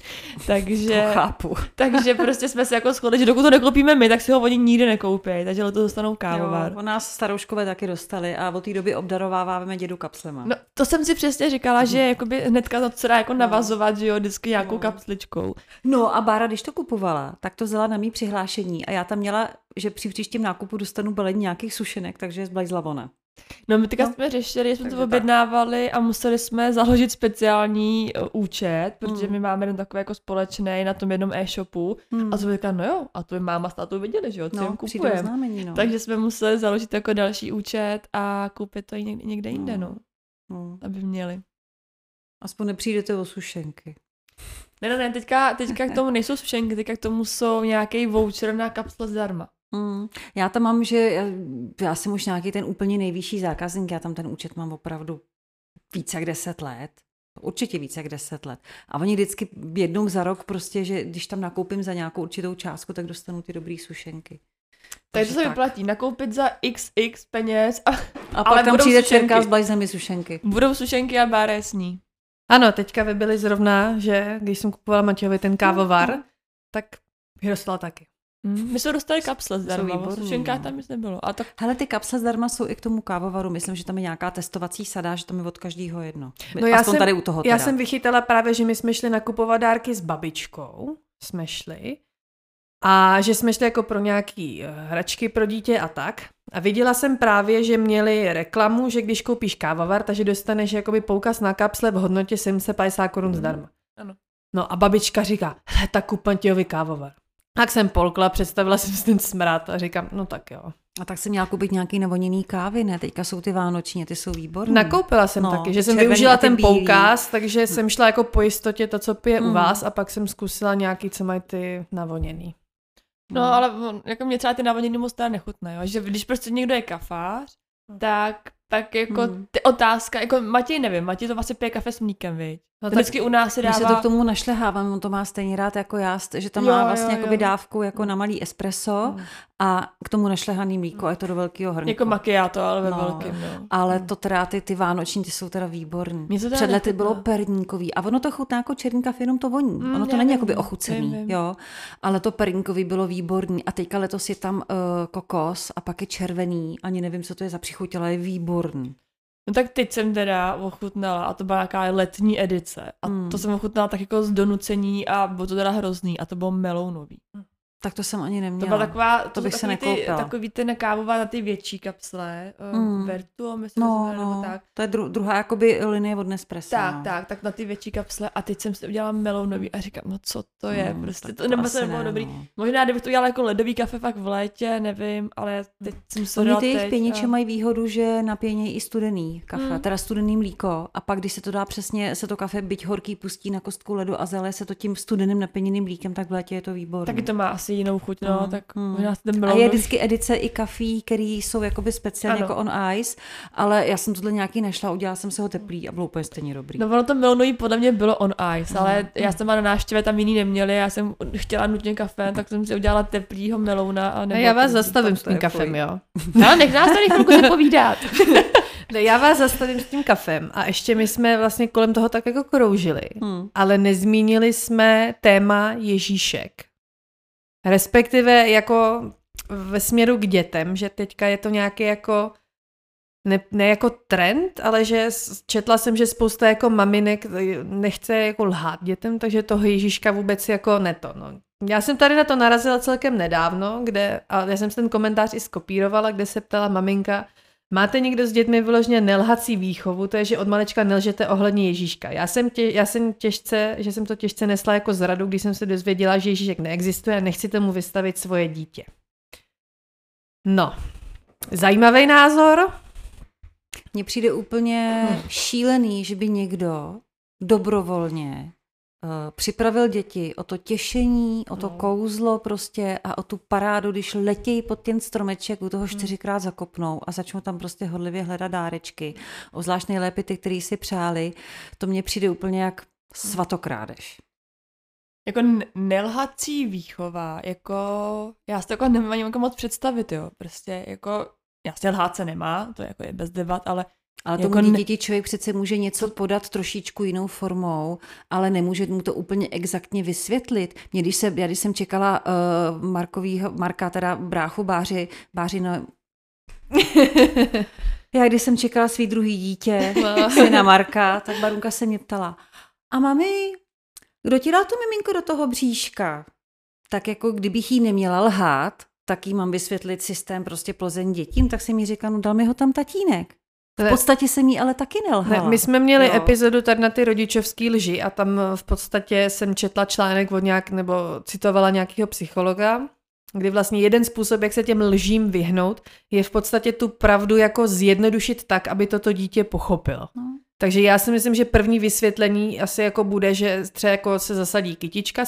Takže to chápu. Takže prostě jsme se jako shodli, že dokud to nekoupíme my, tak si ho oni nikdy nekoupí, takže to dostanou kávovar. Jo, o nás starouškové taky dostali a od té doby obdarováváme dědu kapslema. No, to jsem si přesně říkala, že jakoby hnedka to dá jako navazovat, že jo, vždycky nějakou kapsličkou. No a Bára, když to kupovala, tak to vzala na mý přihlášení a já tam měla, že při příštím nákupu dostanu balení nějakých sušenek, takže zblajzla ona. No my teďka jsme řešili, jsme to objednávali a museli jsme založit speciální účet, protože my máme jeden takový jako společný na tom jednom e-shopu a to říkala, no jo, a to je máma s tátou viděli, že jo, co jim kupujeme. No. Takže jsme museli založit jako další účet a koupit to někde jinde, no. Aby měli. Aspoň nepřijdete o sušenky. Ne, teďka k tomu nejsou sušenky, teďka k tomu jsou nějaký voucher na kapsle zdarma. Já tam mám, že já jsem už nějaký ten úplně nejvyšší zákazník, já tam ten účet mám opravdu více jak 10 let. Určitě více jak 10 let. A oni vždycky jednou za rok prostě, že když tam nakoupím za nějakou určitou částku, tak dostanu ty dobrý sušenky. Takže to se vyplatí nakoupit za XX peněz a pak tam přijde dcerka s blajzemi sušenky. Budou sušenky a Bára je sní. Ano, teďka byly zrovna, že když jsem kupovala Matějovi ten kávovar, tak ji dostala taky. My jsme dostali kapsle zdarma, v sušenkách tam nic nebylo. A tak... Hele, ty kapsle zdarma jsou i k tomu kávovaru, myslím, že tam je nějaká testovací sada, že tam je od každého jedno. No tady u toho teda. Já jsem vychytala právě, že my jsme šli nakupovat dárky s babičkou, a že jsme šli jako pro nějaký hračky pro dítě a tak. A viděla jsem právě, že měli reklamu, že když koupíš kávovar, takže dostaneš jakoby poukaz na kapsle v hodnotě 750 korun zdarma. Ano. No a babička říká, hele, tak kup Matějovi kávovar. Tak jsem polkla, představila jsem si ten smrad a říkám, no tak jo. A tak jsem měla koupit nějaký navoněný kávy, ne? Teďka jsou ty vánoční, ty jsou výborné. Nakoupila jsem taky, že jsem využila ten poukaz, takže jsem šla jako po jistotě to, co pije u vás a pak jsem zkusila nějaký, co mají ty navoněný. No ale jako mě třeba ty navoněný moc teda nechutné, jo? Že když prostě někdo je kafář, tak jako ty otázka, jako Matěj nevím, Matěj to vlastně pije kafe s mlíkem, viď? No vždycky u nás si dává... My se to k tomu našlehávám, on to má stejně rád jako já, že tam má vlastně jakoby dávku jako na malý espresso a k tomu našlehaný mlíko a je to do velkého hrnku. Jako macchiato, ale ve velkým, no. Ale to teda ty vánoční, ty jsou teda výborný. Před lety bylo perníkový a ono to chutná jako černý kafe, jenom to voní. Ono to není jakoby ochucený, jo. Ale to perníkový bylo výborný a teďka letos je tam kokos a pak je červený, ani nevím, co to je za příchuť, ale je výborný. No tak teď jsem teda ochutnala a to byla nějaká letní edice a to jsem ochutnala tak jako z donucení a bylo to teda hrozný a to bylo melounový. Tak to jsem ani neměla. To byla taková, to bych se nekoupila. Takový ty nakávová na ty větší kapsle, Vertuo, myslím, nebo tak. To je druhá jakoby linie od Nespressa. Tak na ty větší kapsle a teď jsem si udělala melounový a říkám, no co to je, prostě to nebo se nebylo dobrý. Možná kdybych to udělala jako ledový kafe fakt v létě, nevím, ale teď jsem se dala teď. Ty jejich pěniče mají výhodu, že napěnějí i studený kafe, teda studený mlíko a pak když se to dá přesně, se to kafe byť horký pustí na kostku ledu a zeleje se to tím studeným napěněným mlíkem, tak v létě je to výborné. Taky to má asi jinou chuť, no, tak možná ten a je vždycky edice i kafí, který jsou jakoby speciálně jako on ice, ale já jsem tohle nějaký našla, udělala jsem se ho teplý a bylo úplně stejně dobrý. No ono to melounový podle mě bylo on ice, ale já jsem na návštěvě tam jiný neměli, já jsem chtěla nutně kafe, tak jsem si udělala teplýho melouna. A já vás zastavím s tím kafem, jo. No, nech nás tady chvilku si povídat. No, já vás zastavím s tím kafem a ještě my jsme vlastně kolem toho tak jako kroužili, ale nezmínili jsme téma Ježíšek. Respektive jako ve směru k dětem, že teďka je to nějaký jako ne jako trend, ale že četla jsem, že spousta jako maminek nechce jako lhát dětem, takže toho Ježíška vůbec jako neto. No. Já jsem tady na to narazila celkem nedávno, a já jsem si ten komentář i skopírovala, kde se ptala maminka, máte někdo s dětmi vyloženě nelhací výchovu, to je, že od malečka nelžete ohledně Ježíška. Já jsem to těžce nesla jako zradu, když jsem se dozvěděla, že Ježíšek neexistuje a nechci tomu vystavit svoje dítě. No, zajímavý názor. Mně přijde úplně šílený, že by někdo dobrovolně připravil děti o to těšení, o to kouzlo prostě a o tu parádu, když letějí pod ten stromeček, u toho 4krát zakopnou a začnou tam prostě hodlivě hledat dárečky. Obzvlášť nejlépe ty, který si přáli. To mně přijde úplně jak svatokrádež. Jako nelhací výchova, jako já si to jako nemám ani moc představit, jo. Prostě jako jasně lhát se nemá, to jako je bez debat, ale tomu jako dítěti člověk přece může něco podat trošičku jinou formou, ale nemůže mu to úplně exaktně vysvětlit. Když jsem čekala Marka, teda bráchu Báři no... Když jsem čekala svý druhý dítě, syna Marka, tak Barunka se mě ptala, a mami, kdo ti dal to miminko do toho bříška? Tak jako kdybych jí neměla lhát, tak jí mám vysvětlit systém prostě plození dětím, tak jsem jí říkala, no dal mi ho tam tatínek. V podstatě jsem jí ale taky nelhala. Ne, my jsme měli epizodu tady na ty rodičovský lži a tam v podstatě jsem četla článek nebo citovala nějakého psychologa, kdy vlastně jeden způsob, jak se těm lžím vyhnout, je v podstatě tu pravdu jako zjednodušit tak, aby toto dítě pochopilo. No. Takže já si myslím, že první vysvětlení asi jako bude, že třeba jako se zasadí kytička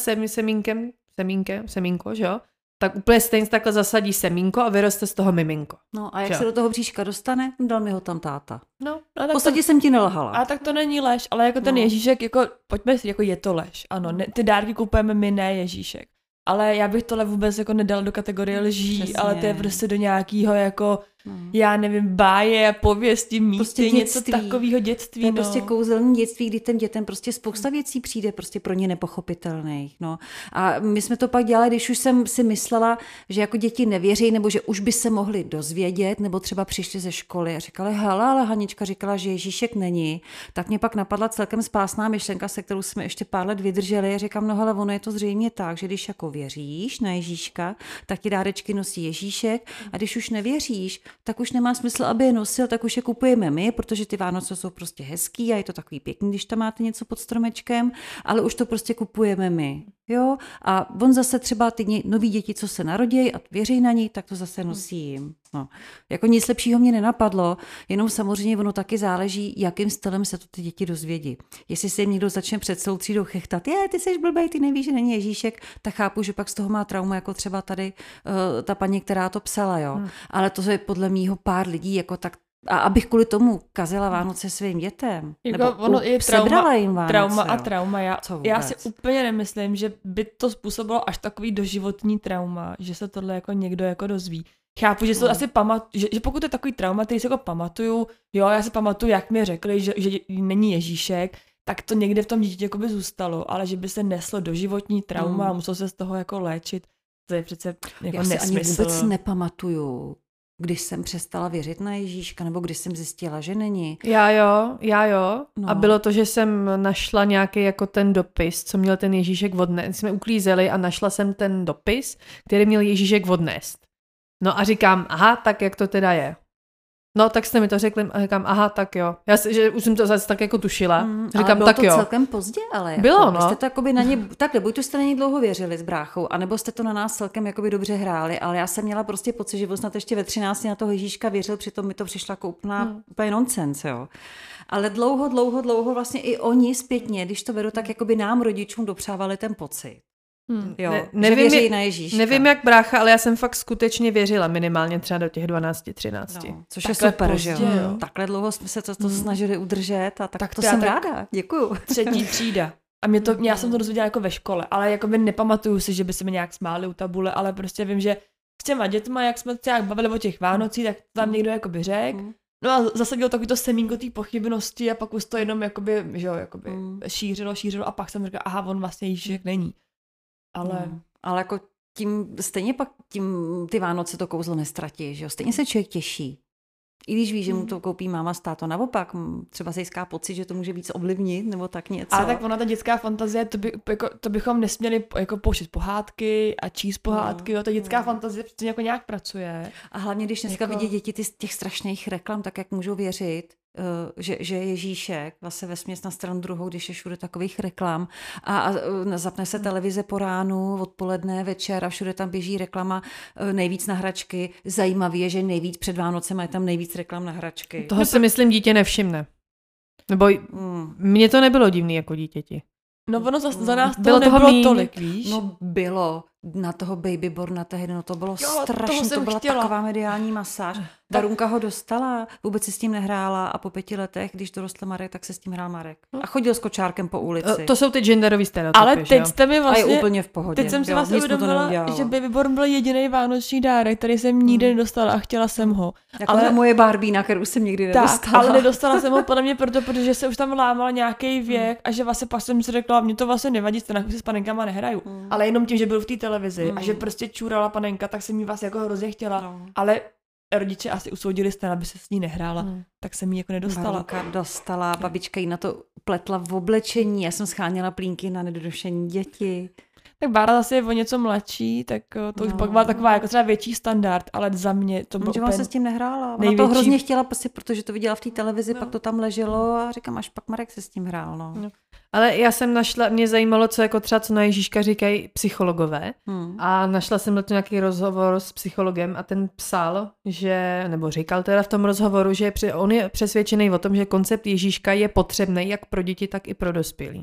semínko, že jo? Tak úplně stejně takhle zasadí semínko a vyroste z toho miminko. No a jak se do toho bříška dostane? Dal mi ho tam táta. No, v podstatě jsem ti nelhala. A tak to není lež, ale jako ten Ježíšek, jako pojďme si, jako je to lež. Ano, ty dárky kupujeme my, ne Ježíšek. Ale já bych tohle vůbec jako nedal do kategorie lží, přesně. Ale to je prostě do nějakého jako, já nevím, báje, pověsti, mýty, prostě něco takového dětství. To je prostě kouzelné dětství, kdy těm dětem prostě spousta věcí přijde prostě pro ně nepochopitelných. No. A my jsme to pak dělali, když už jsem si myslela, že jako děti nevěří, nebo že už by se mohli dozvědět, nebo třeba přišli ze školy a říkali, hele, ale Hanička říkala, že Ježíšek není. Tak mě pak napadla celkem spásná myšlenka, se kterou jsme ještě pár let vydrželi. A říkám, no hele, ono je to zřejmě tak, že když jako věříš na Ježíška, tak ti dárečky nosí Ježíšek, a když už nevěříš, tak už nemá smysl, aby je nosil, tak už je kupujeme my, protože ty Vánoce jsou prostě hezký a je to takový pěkný, když tam máte něco pod stromečkem, ale už to prostě kupujeme my. Jo? A on zase třeba ty noví děti, co se narodí a věří na ní, tak to zase nosí jim. No. Jako nic lepšího mě nenapadlo, jenom samozřejmě ono taky záleží, jakým stylem se to ty děti dozvědí. Jestli se jim někdo začne před celou třídou chechtat, ty jsi blbej, ty nevíš, že není Ježíšek, tak chápu, že pak z toho má trauma, jako třeba tady ta paní, která to psala, jo. Ale to je podle mýho pár lidí, jako tak. A abych kvůli tomu kazila Vánoce svým dětem. Jako nebo ono je jim Vánoce, trauma. Já si úplně nemyslím, že by to způsobilo až takový doživotní trauma, že se tohle jako někdo jako dozví. Chápu, že to asi že pokud je takový trauma, který si jako pamatuju, já si pamatuju, jak mi řekli, že není Ježíšek, tak to někde v tom dítěti jako by zůstalo, ale že by se neslo doživotní trauma a muselo se z toho jako léčit, to je přece jako nesmysl. Já si ani vůbec nepamatuju, když jsem přestala věřit na Ježíška, nebo když jsem zjistila, že není. Já jo. No. A bylo to, že jsem našla nějaký jako ten dopis, co měl ten Ježíšek odnést. Jsme uklízeli a našla jsem ten dopis, který měl Ježíšek odnést. No a říkám, aha, tak jak to teda je? No, tak jste mi to řekli a říkám, aha, tak jo. Že už jsem to zase tak jako tušila. Říkám, ale bylo tak to jo. celkem pozdě, ale jako, bylo, no. Jste to jakoby na ně, takhle, buď to jste na ně dlouho věřili s bráchou, anebo jste to na nás celkem jakoby dobře hráli, ale já jsem měla prostě pocit, že snad ještě ve 13 na toho Ježíška věřil, přitom mi to přišlo jako úplně nonsens, jo. Ale dlouho vlastně i oni zpětně, když to beru, tak jakoby nám rodičům dopřávali ten pocit. Jo, nevím, na Ježíška. Nevím jak brácha, ale já jsem fakt skutečně věřila minimálně třeba do těch 12-13. No, což takhle je super, že jo. Takhle dlouho jsme se to snažili udržet a tak to jsem ráda. Děkuju. 3. třída. A já jsem to dozvěděla jako ve škole, ale jako nepamatuju si, že by se mi nějak smáli u tabule, ale prostě vím, že s těma dětma, jak jsme se nějak bavili o těch Vánocích, tak tam někdo jako by řekl, No a zasadilo takový to semínko té pochybnosti a pak už to jenom jakoby šířilo a pak jsem říkala, aha, on vlastně Ježíšek není. Ale jako stejně pak ty Vánoce to kouzlo nestratí, že jo? Stejně se člověk těší. I když ví, že mu to koupí máma s tátou, naopak, třeba se získá pocit, že to může víc ovlivnit, nebo tak něco. Ale tak ona, ta dětská fantazie, to bychom nesměli jako pouštět pohádky a číst pohádky, jo, ta dětská fantazie přece jako nějak pracuje. A hlavně, když dneska vidí děti těch strašných reklam, tak jak můžou věřit, že Ježíšek vlastně vesměs na stranu druhou, když je všude takových reklam a zapne se televize po ránu, odpoledne, večer a všude tam běží reklama nejvíc na hračky. Zajímavý je, že nejvíc před Vánocem je tam nejvíc reklam na hračky. Toho si myslím dítě nevšimne. Nebo mně to nebylo divný jako dítěti. No ono za nás toho nebylo tolik, víš? No bylo. Na toho Babyborna tehdy, no to bylo strašné, to byla taková mediální masáž. Darunka ho dostala, vůbec si s tím nehrála a po 5 letech, když dorostl Marek, tak se s tím hrál Marek. A chodil s kočárkem po ulici. To jsou ty genderový stereotypy, ale teď jste mi vlastně... A je úplně v pohodě. Teď jsem si vlastně uvědomila, že Babyborn byl jediný vánoční dárek, který jsem nikdy nedostala a chtěla jsem ho. Jako ale moje Barbína, kterou jsem nikdy nedostala. Ale nedostala jsem ho podle mě protože se už tam lámal nějaký věk a že vlastně pak jsem si řekla, mě to vlastně nevadí, stejně si s panenkama nehraju. Ale jenom tím, že byl v té televizi a že prostě čůrala panenka, tak jsem jí vlastně jako hrozně chtěla. Ale rodiče asi usoudili jste, aby se s ní nehrála, tak jsem jí jako nedostala. Barunka dostala, babička jí na to pletla v oblečení, já jsem scháněla plínky na nedonošení děti. Tak Bára zase je o něco mladší, tak to už pak byla taková jako třeba větší standard, ale za mě to bylo úplně se s tím nehrála. Ona největší... to hrozně chtěla, protože to viděla v té televizi, pak to tam leželo a říkám, až pak Marek se s tím hrál. No. Ale já jsem našla, mě zajímalo, co jako třeba co na Ježíška říkají psychologové a našla jsem na to nějaký rozhovor s psychologem a ten psal, nebo říkal teda v tom rozhovoru, že on je přesvědčený o tom, že koncept Ježíška je potřebný jak pro děti, tak i pro dospělí.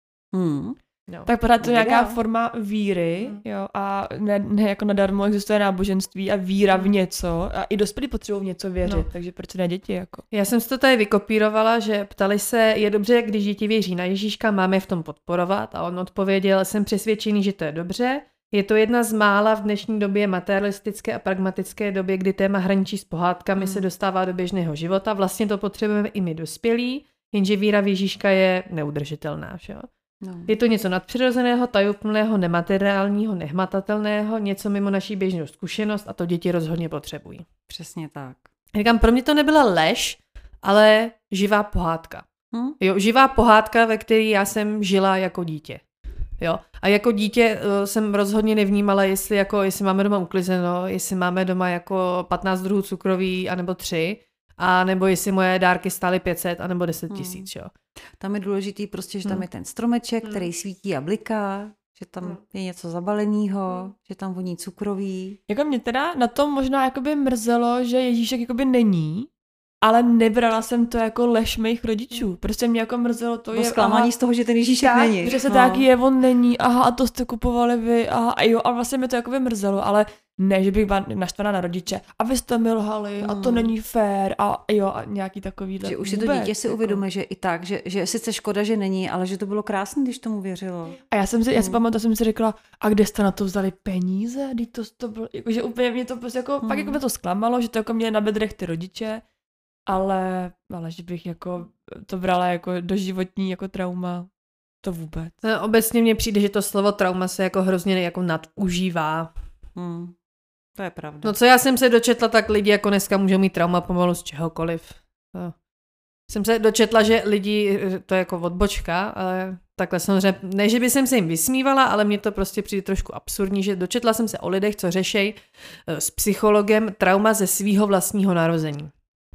No. Tak pořád to je nějaká forma víry, jo, a ne jako nadarmo existuje náboženství a víra v něco a i dospělí potřebují v něco věřit, takže proč ne děti, jako. Já jsem si to tady vykopírovala, že ptali se, je dobře, když děti věří na Ježíška, máme v tom podporovat a on odpověděl, jsem přesvědčený, že to je dobře, je to jedna z mála v dnešní době materialistické a pragmatické době, kdy téma hraničí s pohádkami se dostává do běžného života, vlastně to potřebujeme i my dospělí, jenže víra v Ježíška je neudržitelná, že jo? No. Je to něco nadpřirozeného, tajuplného, nemateriálního, nehmatatelného, něco mimo naší běžnou zkušenost a to děti rozhodně potřebují. Přesně tak. Říkám, pro mě to nebyla lež, ale živá pohádka. Jo, živá pohádka, ve které já jsem žila jako dítě. Jo? A jako dítě jsem rozhodně nevnímala, jestli máme doma uklizeno, jestli máme doma jako 15 druhů cukroví, anebo 3, a nebo jestli moje dárky stály 500, anebo 10 000, jo. Tam je důležitý prostě, že tam je ten stromeček, který svítí a bliká, že tam je něco zabaleného, že tam voní cukroví. Jako mě teda na tom možná jakoby mrzelo, že Ježíšek jakoby není, ale nebrala jsem to jako lež mých rodičů. Prostě mě jako mrzelo to, je zklamání z toho, že ten Ježíšek není. Že se taky je, on není, aha, a to jste kupovali vy, aha, a jo, a vlastně mě to jakoby mrzelo, ale ne, že bych byla naštvaná na rodiče. A vy jste mi lhali, a to není fér, a jo, a nějaký takovýhle. Že už si to dítě si uvědomuje, že i tak, že sice škoda, že není, ale že to bylo krásné, když tomu věřilo. A já si pamatuju, jsem si řekla, a kde jste na to vzali peníze? Když to bylo, jakože úplně mě to prostě jako, pak jako mě to zklamalo, že to jako měli na bedrech ty rodiče, ale že bych jako to brala jako doživotní jako trauma, to vůbec. No, obecně mně přijde, že to slovo trauma se jako hrozně jako nadužívá. To je pravda. No co já jsem se dočetla, tak lidi jako dneska můžou mít trauma pomalu z čehokoliv. No. Jsem se dočetla, že lidi, to je jako odbočka, ale takhle samozřejmě, ne, že by jsem se jim vysmívala, ale mně to prostě přijde trošku absurdní, že dočetla jsem se o lidech, co řešejí s psychologem trauma ze svýho vlastního narození.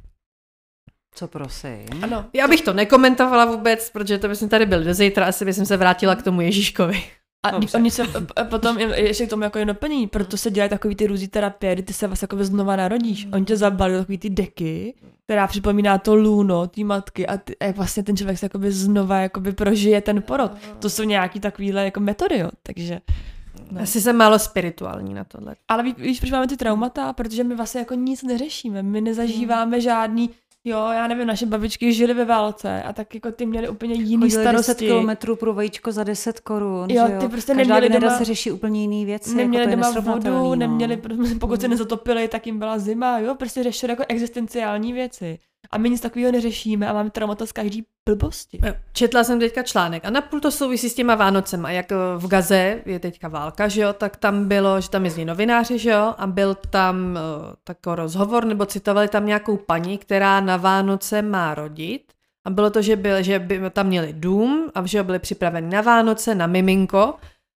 Co prosím? Ano. Já bych to nekomentovala vůbec, protože to bychom tady byli do zítra, asi bych se vrátila k tomu Ježíškovi. A oni se potom ještě k tomu jako jen doplní, proto se dělají takový ty různý terapie, kdy ty se vlastně jako znova narodíš. Oni tě zabalí do takový ty deky, která připomíná to lůno, ty matky a jak vlastně ten člověk se jakoby znova jakoby prožije ten porod. To jsou nějaký takovýhle jako metody, jo, takže... No. Asi jsem málo spirituální na tohle. Ale víš, proč máme ty traumata? Protože my vlastně jako nic neřešíme, my nezažíváme žádný. Jo, já nevím, naše babičky žily ve válce a tak jako ty měly úplně jiný starosti. 10 kilometrů pro vajíčko za 10 korun. Jo, ty prostě každá generace řeší úplně jiný věci. Neměli jako doma vodu, neměli, pokud se nezatopili, tak jim byla zima, jo, prostě řešili jako existenciální věci. A my nic takového neřešíme a máme traumata z každý blbosti. Četla jsem teďka článek a napůl to souvisí s těma Vánocema. Jak v Gaze je teďka válka, že jo, tak tam bylo, že tam jezdí novináři, že jo, a byl tam takový rozhovor, nebo citovali tam nějakou paní, která na Vánoce má rodit. A bylo to, že by tam měli dům a že byli připraveni na Vánoce, na miminko,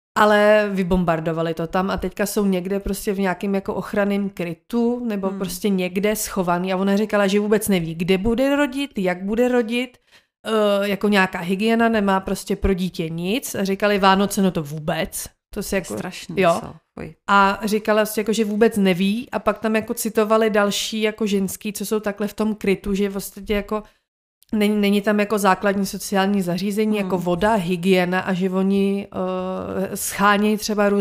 ale vybombardovali to tam a teďka jsou někde prostě v nějakém jako ochranném krytu nebo prostě někde schovaný a ona říkala, že vůbec neví, kde bude rodit, jak bude rodit, jako nějaká hygiena, nemá prostě pro dítě nic a říkali Vánoce, no to vůbec. To se jako strašný, jo. A říkala prostě jako, že vůbec neví a pak tam jako citovali další jako ženský, co jsou takhle v tom krytu, že vlastně jako není tam jako základní sociální zařízení, jako voda, hygiena a že oni schánějí třeba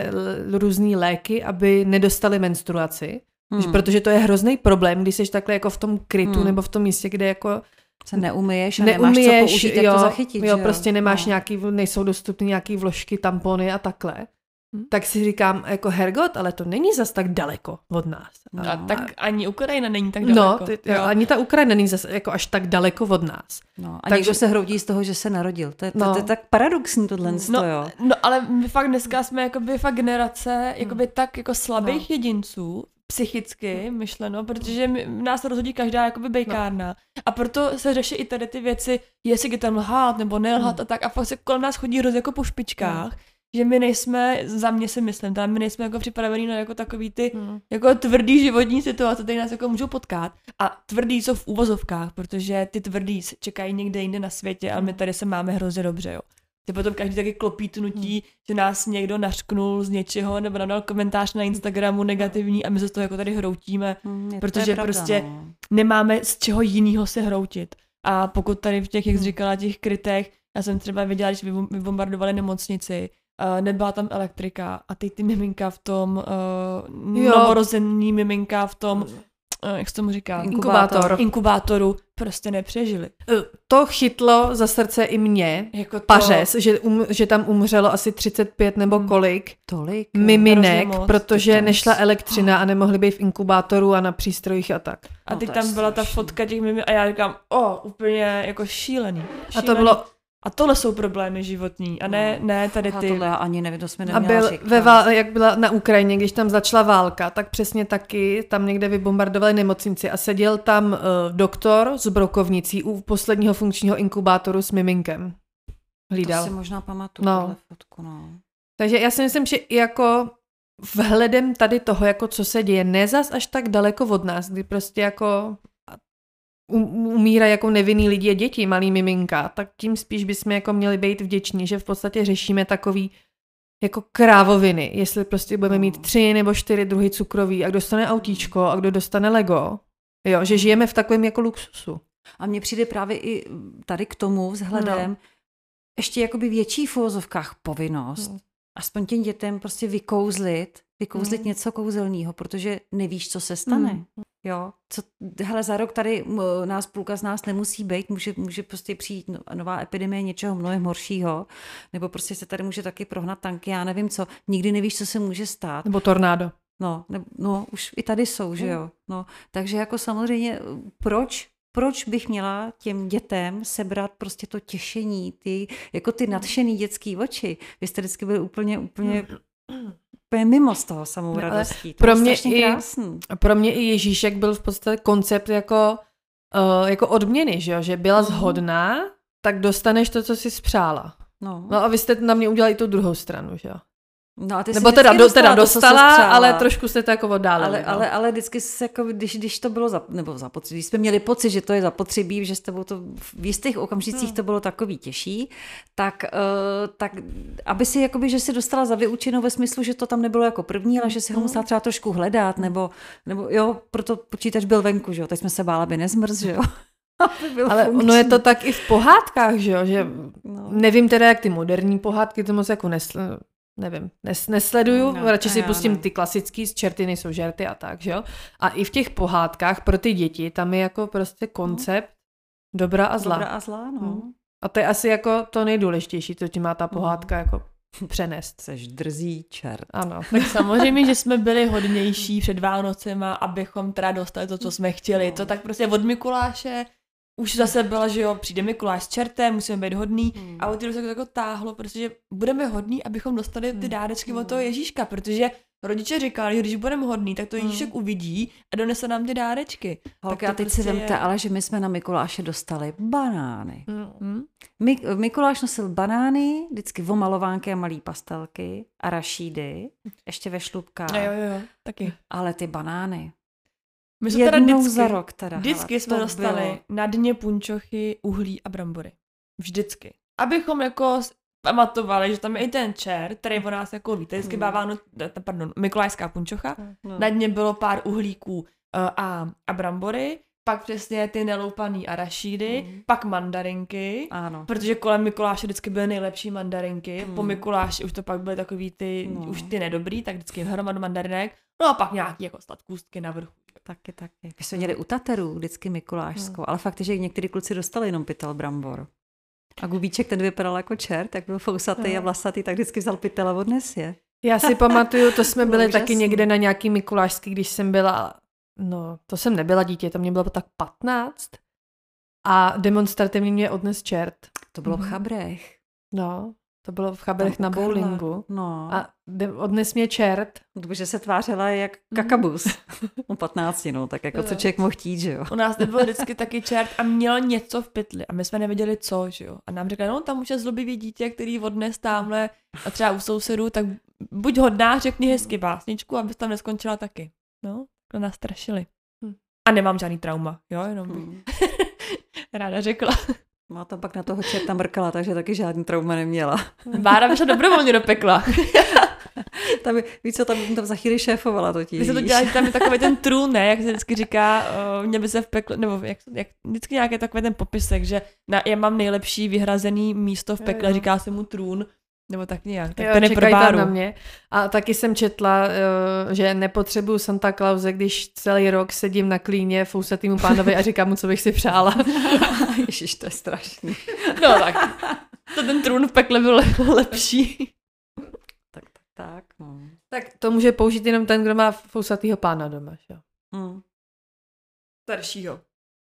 různý léky, aby nedostali menstruaci. Protože to je hrozný problém, když jsi takhle jako v tom krytu nebo v tom místě, kde jako se neumyješ a nemáš co použít, jak to zachytit. Jo, prostě nemáš nejsou dostupné nějaký vložky, tampony a takhle. Tak si říkám, jako hergot, ale to není zas tak daleko od nás. A tak ani Ukrajina není tak daleko. No, ani ta Ukrajina není zas jako až tak daleko od nás. No, a někdo se hroutí z toho, že se narodil. To je tak paradoxní tohle. Jo. No, ale my fakt dneska jsme jakoby fakt generace jakoby tak jako slabých jedinců, psychicky myšleno, protože nás rozhodí každá jakoby bejkárna. A proto se řeší i tady ty věci, jestli je tam lhát nebo nelhat a tak. A fakt se kolem nás chodí hrozně jako po špičkách. Že my nejsme, za mě si myslím, my nejsme jako připravení na jako takový ty jako tvrdý životní situace, které nás jako můžou potkat. A tvrdý jsou v úvozovkách, protože ty tvrdý čekají někde jinde na světě, ale my tady se máme hrozně dobře, jo. Ty potom každý taky klopítnutí, že nás někdo nařknul z něčeho nebo nadal komentář na Instagramu negativní a my se z toho jako tady hroutíme, protože pravda, prostě nemáme z čeho jinýho se hroutit. A pokud tady v těch, jak jsi říkala, těch krytech, já jsem třeba viděla, když vybombardovali nemocnici, nebyla tam elektrika a ty miminka v tom, novorozený miminka v tom, jak se tomu říká? Inkubátoru prostě nepřežili. To chytlo za srdce i mě, jako pařez, že tam umřelo asi 35 nebo kolik miminek, protože nešla elektřina a nemohli být v inkubátoru a na přístrojích a tak. A teď tam byla ta fotka těch miminek a já říkám, úplně jako šílený. A to bylo a tohle jsou problémy životní a ne tady ty. Tohle já ani nevím, to jsme neměla jak byla na Ukrajině, když tam začala válka, tak přesně taky tam někde vybombardovali nemocnici a seděl tam doktor s brokovnicí u posledního funkčního inkubátoru s miminkem. Hlídal. To si možná pamatuju, tuhle fotku, Takže já si myslím, že jako vhledem tady toho, jako co se děje, ne zas až tak daleko od nás, kdy prostě jako umírají jako nevinný lidi a děti, malý miminka, tak tím spíš bychom jako měli být vděční, že v podstatě řešíme takový jako krávoviny, jestli prostě budeme mít 3 nebo 4 druhy cukroví a kdo dostane autíčko a kdo dostane Lego. Jo, že žijeme v takovém jako luxusu. A mně přijde právě i tady k tomu vzhledem ještě jakoby větší v uvozovkách povinnost, aspoň těm dětem prostě vykouzlit něco kouzelného, protože nevíš, co se stane. Jo, hele, za rok tady půlka z nás nemusí být, může prostě přijít nová epidemie něčeho mnohem horšího, nebo prostě se tady může taky prohnat tanky, já nevím co, nikdy nevíš, co se může stát. Nebo tornádo. No, už i tady jsou, že jo. No, takže jako samozřejmě, proč bych měla těm dětem sebrat prostě to těšení, ty nadšený dětský oči. Vy jste vždycky byli úplně mimo z toho samou radostí. Pro mě i Ježíšek byl v podstatě koncept jako odměny, že byla shodná, tak dostaneš to, co jsi spřála. No a vy jste na mě udělali tu druhou stranu, že jo. No a ty nebo teda dostala, ale trošku jste to jako oddálili. Ale vždycky se jako, když to bylo zapotřebí, když jsme měli pocit, že to je zapotřebí, že s tebou to v jistých okamžicích to bylo takový těžší, tak aby si jakoby, že si dostala za vyučenou ve smyslu, že to tam nebylo jako první, ale že si ho musela třeba trošku hledat, nebo jo, proto počítač byl venku, že jo, teď jsme se bála, aby nezmrz, že jo. Ale ono je to tak i v pohádkách, že jo, že nevím teda, jak ty moderní pohádky to moc jako nesleduju, radši si pustím ty klasický, z čerty nejsou žerty a tak, že jo. A i v těch pohádkách pro ty děti, tam je jako prostě koncept dobra a zla. Dobra a zla, no. A to je asi jako to nejdůležitější, co ti má ta pohádka jako přenést. Jseš drzý čert. Ano. Tak samozřejmě, že jsme byli hodnější před Vánocema, abychom teda dostali to, co jsme chtěli. To tak prostě od Mikuláše už zase byla, že jo, přijde Mikuláš s čertem, musíme být hodný a od té se to jako táhlo, protože budeme hodní, abychom dostali ty dárečky od toho Ježíška, protože rodiče říkali, že když budeme hodný, tak to Ježíšek uvidí a donese nám ty dárečky. Holky, a teď si vemte, ale že my jsme na Mikuláše dostali banány. Mikuláš nosil banány, vždycky omalovánky a malý pastelky a rašídy, ještě ve šlubkách. Jo, taky. Ale ty banány. My jsme teda jednou za rok teda. Vždycky jsme dostali na dně punčochy, uhlí a brambory. Vždycky. Abychom jako pamatovali, že tam je i ten čert, který o nás jako víte, vždycky byla mikulášská punčocha. Na dně bylo pár uhlíků a brambory, pak přesně ty neloupaný arašídy, pak mandarinky, protože kolem Mikuláše vždycky byly nejlepší mandarinky, po Mikuláši už to pak byly takový už ty nedobrý, tak vždycky hromadu mandarinek, no a pak nějaký jako sladkůstky na vrchu. Taky. My jsme měli u Taterů vždycky mikulášskou, ale fakt, že některý kluci dostali jenom pytel brambor. A Gubíček ten vypadal jako čert, jak byl fousatý a vlasatý, tak vždycky vzal pytel a odnes je. Já si pamatuju, to jsme byli taky někde na nějaký mikulášský, když jsem byla, to jsem nebyla dítě, to mě bylo tak 15 a demonstrativně mě odnes čert. To bylo v Chabrech. No, to bylo v Chabrech na bowlingu. No. A odnes mě čert. Protože se tvářila jak kakabus. 15, tak jako co člověk mohl chtít, že jo. U nás nebyl vždycky taky čert a měl něco v pytli a my jsme nevěděli co, že jo. A nám řekli, tam už je zlobivý dítě, který odnes tamhle a třeba u sousedů, tak buď hodná, řekni hezky básničku, abys tam neskončila taky. No, to nás strašili. A nemám žádný trauma, jo, jenom bych ráda řekla. No a tam pak na toho čerta mrkala, takže taky žádný trauma neměla. Bára by se dobrovolně do pekla. Víš co, tam za chvíli šéfovala totiž. Vy se to dělali, tam je takový ten trůn, ne, jak se vždycky říká, mě by se v pekle, nebo jak vždycky nějaký takový ten popisek, že já mám nejlepší vyhrazený místo v pekle, říká se mu trůn, nebo tak nějak. Tak ten je pro Báru. Na mě. A taky jsem četla, že nepotřebuju Santa Clause, když celý rok sedím na klíně fousatýmu pánovi a říkám mu, co bych si přála. Ježiš, to je strašný. No tak, to ten trůn v pekle byl lepší. Tak, no. Tak to může použít jenom ten, kdo má fousatýho pána doma, jo? Staršího.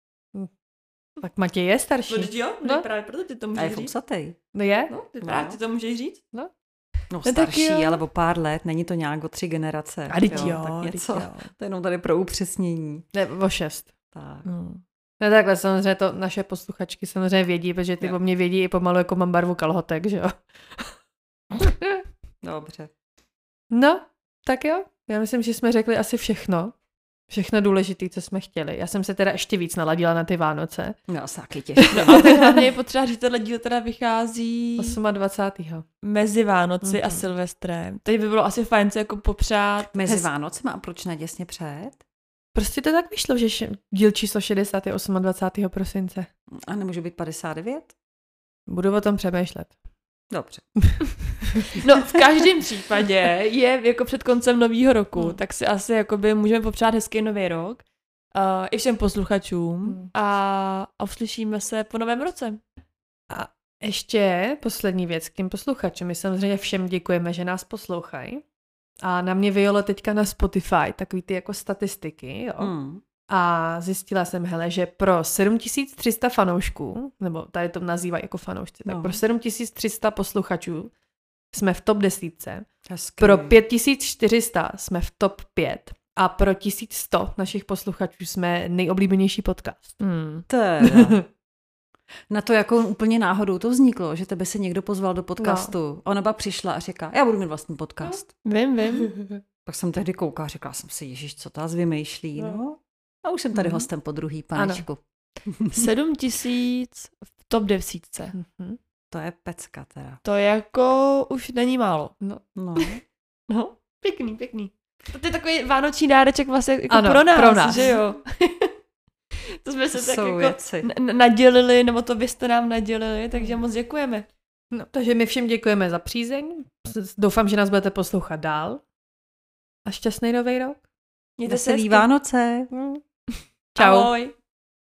Tak Matěj je starší. Jo? No. Právě proto ty to můžeš říct. A je fousatý. No je? No, ty to můžeš říct? No starší, ale o pár let, není to nějak o 3 generace. A teď jo, tak něco. To je jenom tady pro upřesnění. Ne, o 6. Tak. No takhle, samozřejmě to naše posluchačky samozřejmě vědí, protože ty o mě vědí i pomalu, jako mám barvu kalhotek, že jo? Dobře. No, tak jo. Já myslím, že jsme řekli asi všechno. Všechno důležité, co jsme chtěli. Já jsem se teda ještě víc naladila na ty Vánoce. No, se taky těším. No, ale hlavně je potřeba říct, tenhle díl teda vychází 28. Mezi Vánoci a Silvestrem. Teď by bylo asi fajn se jako popřát. Mezi Vánocema a proč ne těsně před? Prostě to tak vyšlo, že díl číslo 60 je 28. prosince. A nemůže být 59? Budu o tom přemýšlet. Dobře. No, v každém případě je jako před koncem nového roku, tak si asi jakoby můžeme popřát hezký nový rok i všem posluchačům a uslyšíme se po novém roce. A ještě poslední věc k těm posluchačům. My samozřejmě všem děkujeme, že nás poslouchají. A na mě vyjelo teďka na Spotify takový ty jako statistiky, jo. A zjistila jsem, že pro 7300 fanoušků, nebo tady to nazývají jako fanoušci, tak pro 7300 posluchačů jsme v top 10. Pro 5400 jsme v top 5. A pro 1100 našich posluchačů jsme nejoblíbenější podcast. Na to jako úplně náhodou to vzniklo, že tebe se někdo pozval do podcastu. Ona pak přišla a říká, já budu mít vlastní podcast. Vím. Pak jsem tehdy koukala a říkala jsem si, ježiš, co ta vymýšlí, no. A už jsem tady hostem po druhý, panečku. 7000 v top 10. To je pecka teda. To jako už není málo. No. Pěkný. To je takový vánoční dáreček vlastně jako pro nás, že jo? To jsme se tak jako nadělili, nebo to byste nám nadělili, takže moc děkujeme. No, takže my všem děkujeme za přízeň. Doufám, že nás budete poslouchat dál. A šťastný nový rok. Mějte se hezky. Vánoce. Čau. Ahoj.